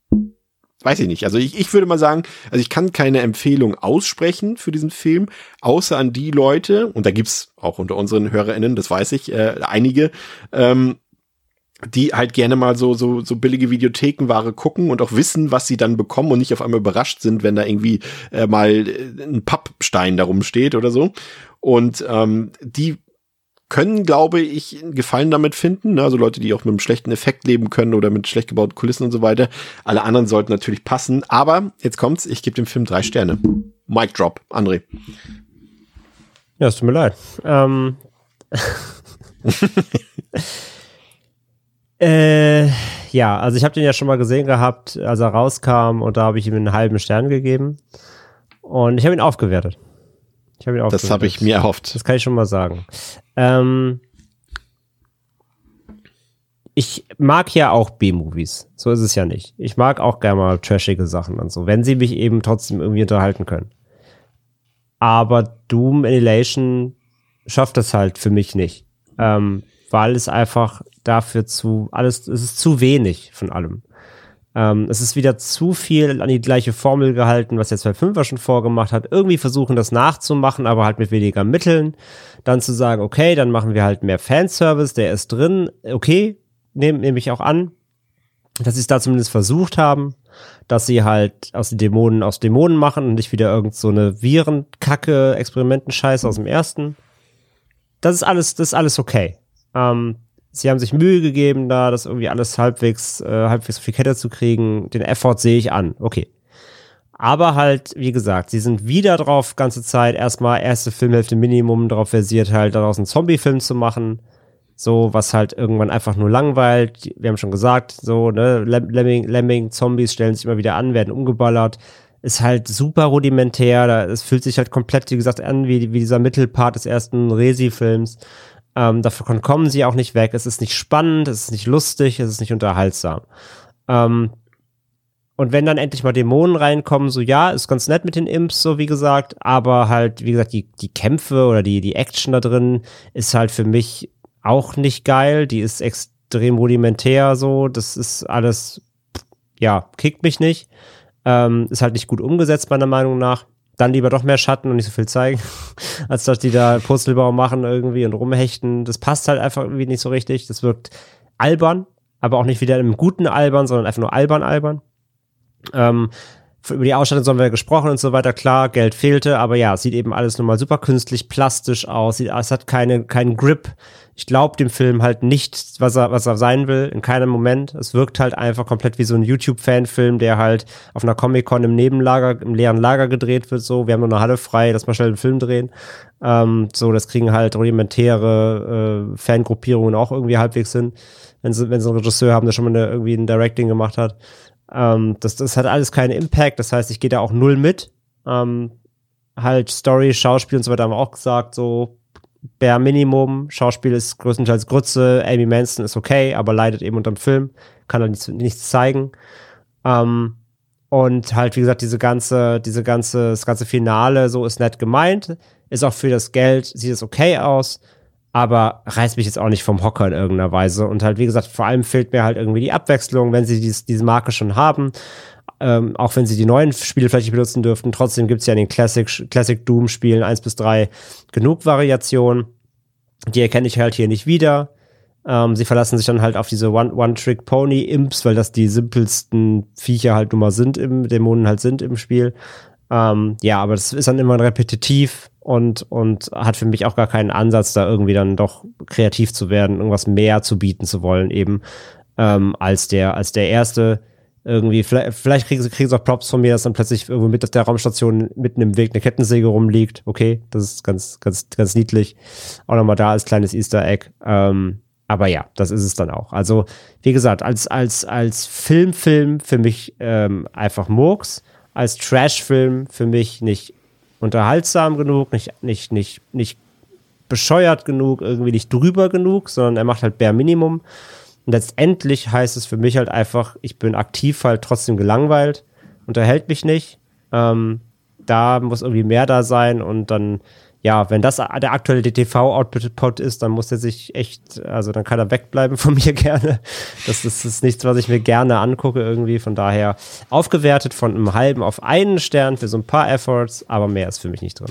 weiß ich nicht. Also ich, ich würde mal sagen, also ich kann keine Empfehlung aussprechen für diesen Film, außer an die Leute, und da gibt's auch unter unseren HörerInnen, das weiß ich, äh, einige, ähm, die halt gerne mal so, so, so billige Videothekenware gucken und auch wissen, was sie dann bekommen und nicht auf einmal überrascht sind, wenn da irgendwie äh, mal ein Pappstein darum steht oder so. Und ähm, die können, glaube ich, einen Gefallen damit finden. Also Leute, die auch mit einem schlechten Effekt leben können oder mit schlecht gebauten Kulissen und so weiter. Alle anderen sollten natürlich passen. Aber jetzt kommt's, ich gebe dem Film drei Sterne. Mic Drop, André. Ja, es tut mir leid. Ähm. äh, ja, also ich habe den ja schon mal gesehen gehabt, als er rauskam und da habe ich ihm einen halben Stern gegeben. Und ich habe ihn aufgewertet. Ich hab ihn aufgewertet. Das habe ich mir erhofft. Das kann ich schon mal sagen. Ähm, ich mag ja auch B-Movies. So ist es ja nicht. Ich mag auch gerne mal trashige Sachen und so, wenn sie mich eben trotzdem irgendwie unterhalten können. Aber Doom Annihilation schafft das halt für mich nicht. Ähm, weil es einfach dafür zu, alles, es ist zu wenig von allem. Ähm, es ist wieder zu viel an die gleiche Formel gehalten, was jetzt bei Fünfer schon vorgemacht hat. Irgendwie versuchen, das nachzumachen, aber halt mit weniger Mitteln. Dann zu sagen, okay, dann machen wir halt mehr Fanservice, der ist drin. Okay, nehme nehm ich auch an, dass sie es da zumindest versucht haben, dass sie halt aus den Dämonen aus Dämonen machen und nicht wieder irgend so eine Virenkacke, Experimentenscheiße aus dem ersten. Das ist alles, das ist alles okay. Ähm, Sie haben sich Mühe gegeben, da das irgendwie alles halbwegs, äh, halbwegs auf die Kette zu kriegen. Den Effort sehe ich an. Okay. Aber halt, wie gesagt, sie sind wieder drauf, ganze Zeit erstmal erste Filmhälfte Minimum drauf versiert, halt daraus einen Zombie-Film zu machen. So, was halt irgendwann einfach nur langweilt. Wir haben schon gesagt, so, ne, Lemming, Lemming, Zombies stellen sich immer wieder an, werden umgeballert. Ist halt super rudimentär. Da, es fühlt sich halt komplett, wie gesagt, an wie, wie dieser Mittelpart des ersten Resi-Films. Ähm, davon kommen sie auch nicht weg. Es ist nicht spannend, es ist nicht lustig, es ist nicht unterhaltsam. Ähm, und wenn dann endlich mal Dämonen reinkommen, so ja, ist ganz nett mit den Imps, so wie gesagt, aber halt, wie gesagt, die, die Kämpfe oder die, die Action da drin ist halt für mich auch nicht geil. Die ist extrem rudimentär, so. Das ist alles, ja, kickt mich nicht. Ähm, ist halt nicht gut umgesetzt, meiner Meinung nach. Dann lieber doch mehr Schatten und nicht so viel zeigen, als dass die da Purzelbau machen irgendwie und rumhechten. Das passt halt einfach irgendwie nicht so richtig. Das wirkt albern, aber auch nicht wieder im guten albern, sondern einfach nur albern albern. Ähm, über die Ausstattung haben wir gesprochen und so weiter. Klar, Geld fehlte, aber ja, es sieht eben alles nochmal super künstlich, plastisch aus. Es hat keine, keinen Grip. Ich glaube dem Film halt nicht, was er, was er sein will, in keinem Moment. Es wirkt halt einfach komplett wie so ein YouTube-Fanfilm, der halt auf einer Comic-Con im Nebenlager, im leeren Lager gedreht wird, so. Wir haben nur eine Halle frei, lass mal schnell einen Film drehen. Ähm, so, das kriegen halt rudimentäre äh, Fangruppierungen auch irgendwie halbwegs hin, wenn sie, wenn sie einen Regisseur haben, der schon mal eine, irgendwie ein Directing gemacht hat. Ähm, das, das hat alles keinen Impact, das heißt, ich gehe da auch null mit. Ähm, halt Story, Schauspiel und so weiter haben wir auch gesagt, so bare Minimum, Schauspiel ist größtenteils Grütze, Amy Manson ist okay, aber leidet eben unterm Film, kann halt nichts, nichts zeigen. Ähm, und halt, wie gesagt, diese ganze, diese ganze, das ganze Finale, so ist nett gemeint, ist auch für das Geld, sieht es okay aus, aber reißt mich jetzt auch nicht vom Hocker in irgendeiner Weise. Und halt, wie gesagt, vor allem fehlt mir halt irgendwie die Abwechslung, wenn sie dies, diese Marke schon haben. Ähm, auch wenn sie die neuen Spiele vielleicht nicht benutzen dürften, trotzdem gibt es ja in den Classic, Classic Doom-Spielen eins bis drei genug Variationen. Die erkenne ich halt hier nicht wieder. Ähm, sie verlassen sich dann halt auf diese One-Trick-Pony-Imps, weil das die simpelsten Viecher halt nun mal sind, im Dämonen halt sind im Spiel. Ähm, ja, aber das ist dann immer repetitiv und, und hat für mich auch gar keinen Ansatz, da irgendwie dann doch kreativ zu werden, irgendwas mehr zu bieten zu wollen, eben ähm, als der, als der erste. Irgendwie, vielleicht, vielleicht kriegen sie, kriegen sie auch Props von mir, dass dann plötzlich irgendwo mit der Raumstation mitten im Weg eine Kettensäge rumliegt. Okay, das ist ganz, ganz, ganz niedlich. Auch nochmal da als kleines Easter Egg. Ähm, aber ja, das ist es dann auch. Also, wie gesagt, als, als, als Filmfilm für mich ähm, einfach Murks. Als Trash-Film für mich nicht unterhaltsam genug, nicht, nicht, nicht, nicht bescheuert genug, irgendwie nicht drüber genug, sondern er macht halt bare Minimum. Und letztendlich heißt es für mich halt einfach, ich bin aktiv halt trotzdem gelangweilt, unterhält mich nicht. Ähm, da muss irgendwie mehr da sein und dann, ja, wenn das der aktuelle D T V-Output ist, dann muss er sich echt, also dann kann er wegbleiben von mir gerne. Das ist, das ist nichts, was ich mir gerne angucke irgendwie. Von daher aufgewertet von einem halben auf einen Stern für so ein paar Efforts, aber mehr ist für mich nicht drin.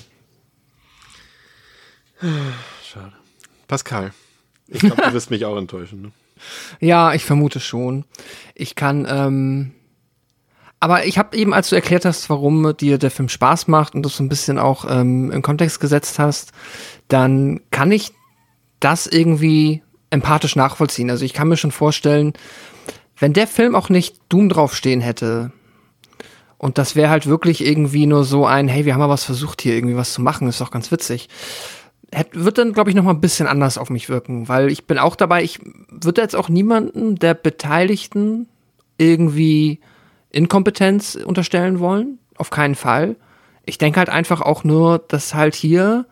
Schade. Pascal, ich glaube, du wirst mich auch enttäuschen, ne? Ja, ich vermute schon. Ich kann, ähm, aber ich habe eben, als du erklärt hast, warum dir der Film Spaß macht und das so ein bisschen auch ähm, im Kontext gesetzt hast, dann kann ich das irgendwie empathisch nachvollziehen. Also ich kann mir schon vorstellen, wenn der Film auch nicht Doom draufstehen hätte und das wäre halt wirklich irgendwie nur so ein, hey, wir haben mal was versucht hier irgendwie was zu machen, ist doch ganz witzig. Wird dann, glaube ich, noch mal ein bisschen anders auf mich wirken, weil ich bin auch dabei, ich würde jetzt auch niemanden der Beteiligten irgendwie Inkompetenz unterstellen wollen, auf keinen Fall. ich denke halt einfach auch nur, dass halt hier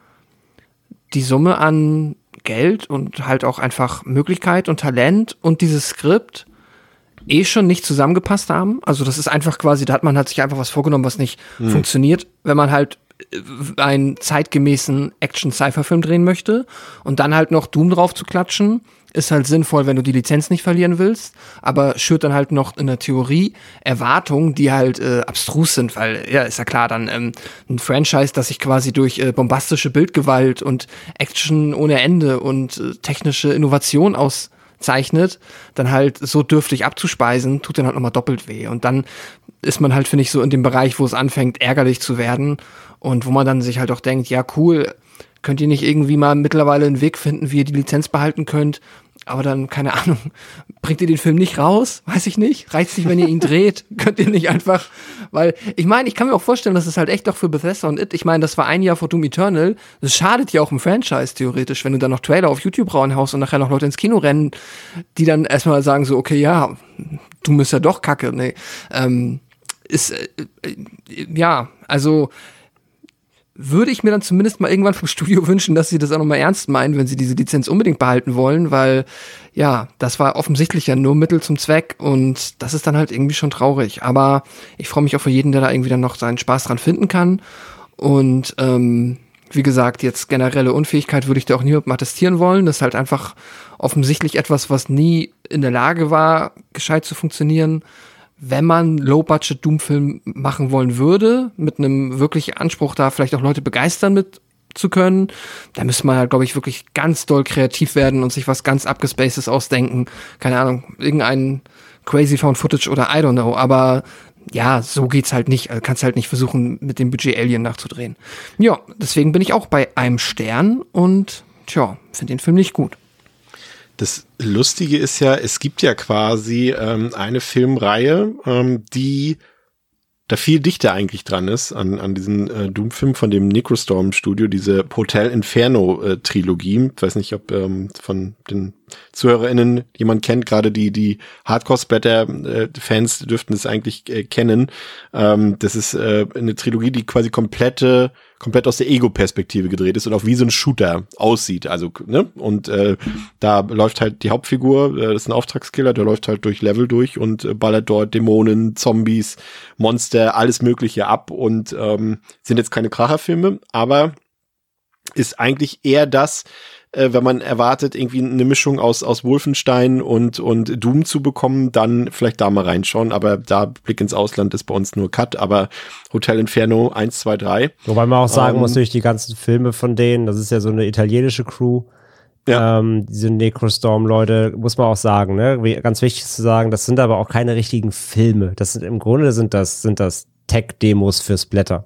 die Summe an Geld und halt auch einfach Möglichkeit und Talent und dieses Skript eh schon nicht zusammengepasst haben. Also das ist einfach quasi, da hat man halt sich einfach was vorgenommen, was nicht mhm. funktioniert, wenn man halt einen zeitgemäßen Action-Cypher-Film drehen möchte und dann halt noch Doom drauf zu klatschen, ist halt sinnvoll, wenn du die Lizenz nicht verlieren willst, aber schürt dann halt noch in der Theorie Erwartungen, die halt äh, abstrus sind, weil, ja, ist ja klar, dann ähm, ein Franchise, das sich quasi durch äh, bombastische Bildgewalt und Action ohne Ende und äh, technische Innovation auszeichnet, dann halt so dürftig abzuspeisen, tut dann halt nochmal doppelt weh. Und dann ist man halt, finde ich, so in dem Bereich, wo es anfängt, ärgerlich zu werden und wo man dann sich halt auch denkt, ja, cool, könnt ihr nicht irgendwie mal mittlerweile einen Weg finden, wie ihr die Lizenz behalten könnt? Aber dann, keine Ahnung, bringt ihr den Film nicht raus? Weiß ich nicht. Reicht's nicht, wenn ihr ihn dreht? Könnt ihr nicht einfach, weil, ich meine, ich kann mir auch vorstellen, dass es halt echt doch für Bethesda und It, ich meine, das war ein Jahr vor Doom Eternal, das schadet ja auch im Franchise theoretisch, wenn du dann noch Trailer auf YouTube raushaust und nachher noch Leute ins Kino rennen, die dann erstmal sagen so, okay, ja, Doom ist ja doch kacke. Nee, ähm, ist, äh, äh, ja, also, würde ich mir dann zumindest mal irgendwann vom Studio wünschen, dass sie das auch nochmal ernst meinen, wenn sie diese Lizenz unbedingt behalten wollen, weil, ja, das war offensichtlich ja nur Mittel zum Zweck und das ist dann halt irgendwie schon traurig. Aber ich freue mich auch für jeden, der da irgendwie dann noch seinen Spaß dran finden kann. Und, ähm, wie gesagt, jetzt generelle Unfähigkeit würde ich da auch niemandem attestieren wollen. Das ist halt einfach offensichtlich etwas, was nie in der Lage war, gescheit zu funktionieren. Wenn man Low-Budget-Doom-Film machen wollen würde, mit einem wirklichen Anspruch, da vielleicht auch Leute begeistern mit zu können, dann müsste man halt, glaube ich, wirklich ganz doll kreativ werden und sich was ganz abgespacedes ausdenken. Keine Ahnung, irgendein crazy Found Footage oder I don't know, aber ja, so geht's halt nicht. Also kannst halt nicht versuchen, mit dem Budget Alien nachzudrehen. Ja, deswegen bin ich auch bei einem Stern und tja, finde den Film nicht gut. Das Lustige ist ja, es gibt ja quasi ähm, eine Filmreihe, ähm, die da viel dichter eigentlich dran ist an, an diesen äh, Doom-Film von dem Necrostorm-Studio, diese Hotel Inferno-Trilogie. Ich weiß nicht, ob ähm, von den ZuhörerInnen jemand kennt, gerade die die Hardcore-Splatter-Fans dürften es eigentlich äh, kennen. Ähm, das ist äh, eine Trilogie, die quasi komplette komplett aus der Ego-Perspektive gedreht ist und auch wie so ein Shooter aussieht. Also, ne? Und äh, da läuft halt die Hauptfigur, äh, das ist ein Auftragskiller, der läuft halt durch Level durch und äh, ballert dort Dämonen, Zombies, Monster, alles Mögliche ab und ähm, sind jetzt keine Kracherfilme, aber ist eigentlich eher das, äh, wenn man erwartet, irgendwie eine Mischung aus aus Wolfenstein und und Doom zu bekommen, dann vielleicht da mal reinschauen. Aber da Blick ins Ausland ist bei uns nur Cut. Aber Hotel Inferno eins, zwei, drei. Wobei man auch sagen ähm, muss, durch die ganzen Filme von denen, das ist ja so eine italienische Crew, ja. ähm, diese Necrostorm-Leute, muss man auch sagen, ne? Wie, ganz wichtig zu sagen, das sind aber auch keine richtigen Filme. Das sind im Grunde sind das sind das Tech-Demos für Splatter.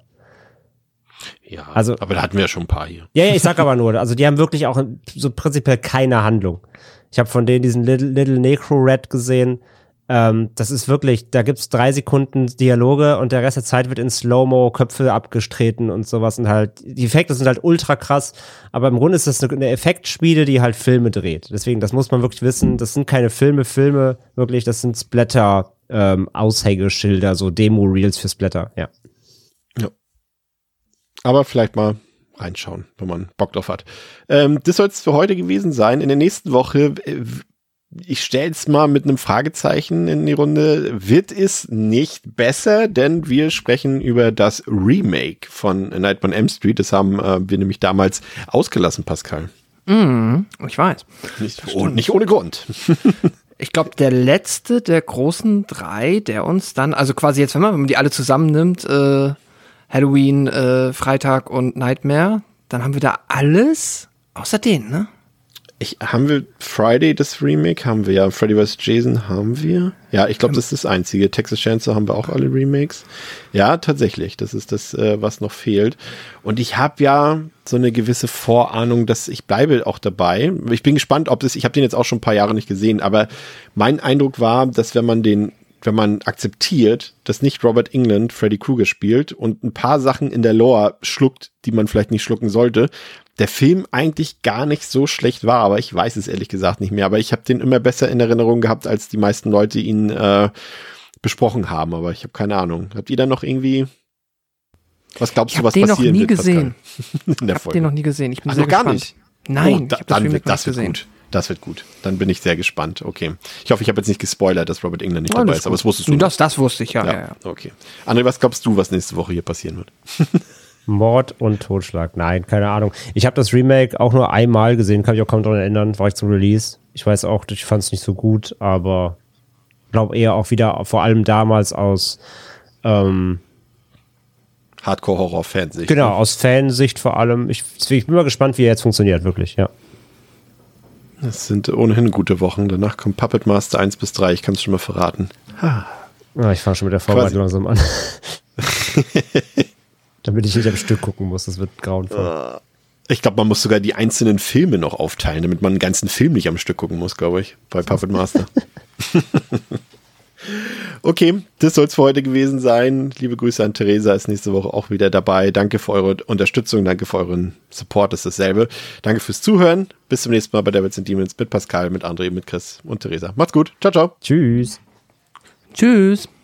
Ja, also, aber da hatten wir ja schon ein paar hier. Ja, ja, ich sag aber nur, also die haben wirklich auch so prinzipiell keine Handlung. Ich habe von denen diesen Little, Little Necro Red gesehen. Ähm, das ist wirklich, da gibt's drei Sekunden Dialoge und der Rest der Zeit wird in Slow-Mo Köpfe abgestreten und sowas und halt, die Effekte sind halt ultra krass, aber im Grunde ist das eine Effektspiele, die halt Filme dreht. Deswegen, das muss man wirklich wissen, das sind keine Filme, Filme, wirklich, das sind Splatter, ähm, Aushängeschilder, so Demo-Reels für Splatter, ja. Ja. Aber vielleicht mal reinschauen, wenn man Bock drauf hat. Ähm, das soll es für heute gewesen sein. In der nächsten Woche, äh, ich stelle es mal mit einem Fragezeichen in die Runde, wird es nicht besser, denn wir sprechen über das Remake von Nightmare on Elm Street. Das haben äh, wir nämlich damals ausgelassen, Pascal. Mm, ich weiß. Nicht, oh, nicht ohne Grund. Ich glaube, der letzte der großen drei, der uns dann, also quasi jetzt, wenn man, wenn man die alle zusammennimmt, äh, Halloween, äh, Freitag und Nightmare, dann haben wir da alles außer den, ne? Ich, haben wir Friday, das Remake? Haben wir ja. Freddy versus. Jason haben wir. Ja, ich glaube, das ist das Einzige. Texas Chainsaw haben wir auch alle Remakes. Ja, tatsächlich. Das ist das, äh, was noch fehlt. Und ich habe ja so eine gewisse Vorahnung, dass ich bleibe auch dabei. Ich bin gespannt, ob das, ich habe den jetzt auch schon ein paar Jahre nicht gesehen, aber mein Eindruck war, dass wenn man den wenn man akzeptiert, dass nicht Robert Englund Freddy Krueger spielt und ein paar Sachen in der Lore schluckt, die man vielleicht nicht schlucken sollte, der Film eigentlich gar nicht so schlecht war, aber ich weiß es ehrlich gesagt nicht mehr. Aber ich habe den immer besser in Erinnerung gehabt, als die meisten Leute ihn äh, besprochen haben. Aber ich habe keine Ahnung. Habt ihr da noch irgendwie... Was glaubst Ich du, was habe den noch passieren nie wird, gesehen. Pascal? In der Ich habe Folge. den noch nie gesehen. Ich bin Ach, sehr noch gar gespannt. nicht? Nein, oh, ich da, habe das dann Remake wird, noch das nicht wird gesehen. gut. Das wird gut. Dann bin ich sehr gespannt. Okay. Ich hoffe, ich habe jetzt nicht gespoilert, dass Robert England nicht dabei Alles ist, aber gut. das wusstest du. Nee, noch. Das, das wusste ich, ja. ja. ja, ja. Okay. André, was glaubst du, was nächste Woche hier passieren wird? Mord und Totschlag. Nein, keine Ahnung. Ich habe das Remake auch nur einmal gesehen, kann mich auch kaum daran erinnern, war ich zum Release. Ich weiß auch, ich fand es nicht so gut, aber glaube eher auch wieder, vor allem damals aus ähm, Hardcore-Horror-Fansicht. Genau, aus Fansicht vor allem. Ich, ich bin mal gespannt, wie er jetzt funktioniert, wirklich, ja. Das sind ohnehin gute Wochen. Danach kommt Puppet Master eins bis drei, ich kann es schon mal verraten. Ah, ich fange schon mit der Vorbereitung langsam an. Damit ich nicht am Stück gucken muss, das wird grauenvoll. Ich glaube, man muss sogar die einzelnen Filme noch aufteilen, damit man einen ganzen Film nicht am Stück gucken muss, glaube ich, bei Puppet Master. Okay, das soll es für heute gewesen sein. Liebe Grüße an Theresa, ist nächste Woche auch wieder dabei. Danke für eure Unterstützung, danke für euren Support, das ist dasselbe. Danke fürs Zuhören. Bis zum nächsten Mal bei Devils and Demons mit Pascal, mit André, mit Chris und Theresa. Macht's gut. Ciao, ciao. Tschüss. Tschüss.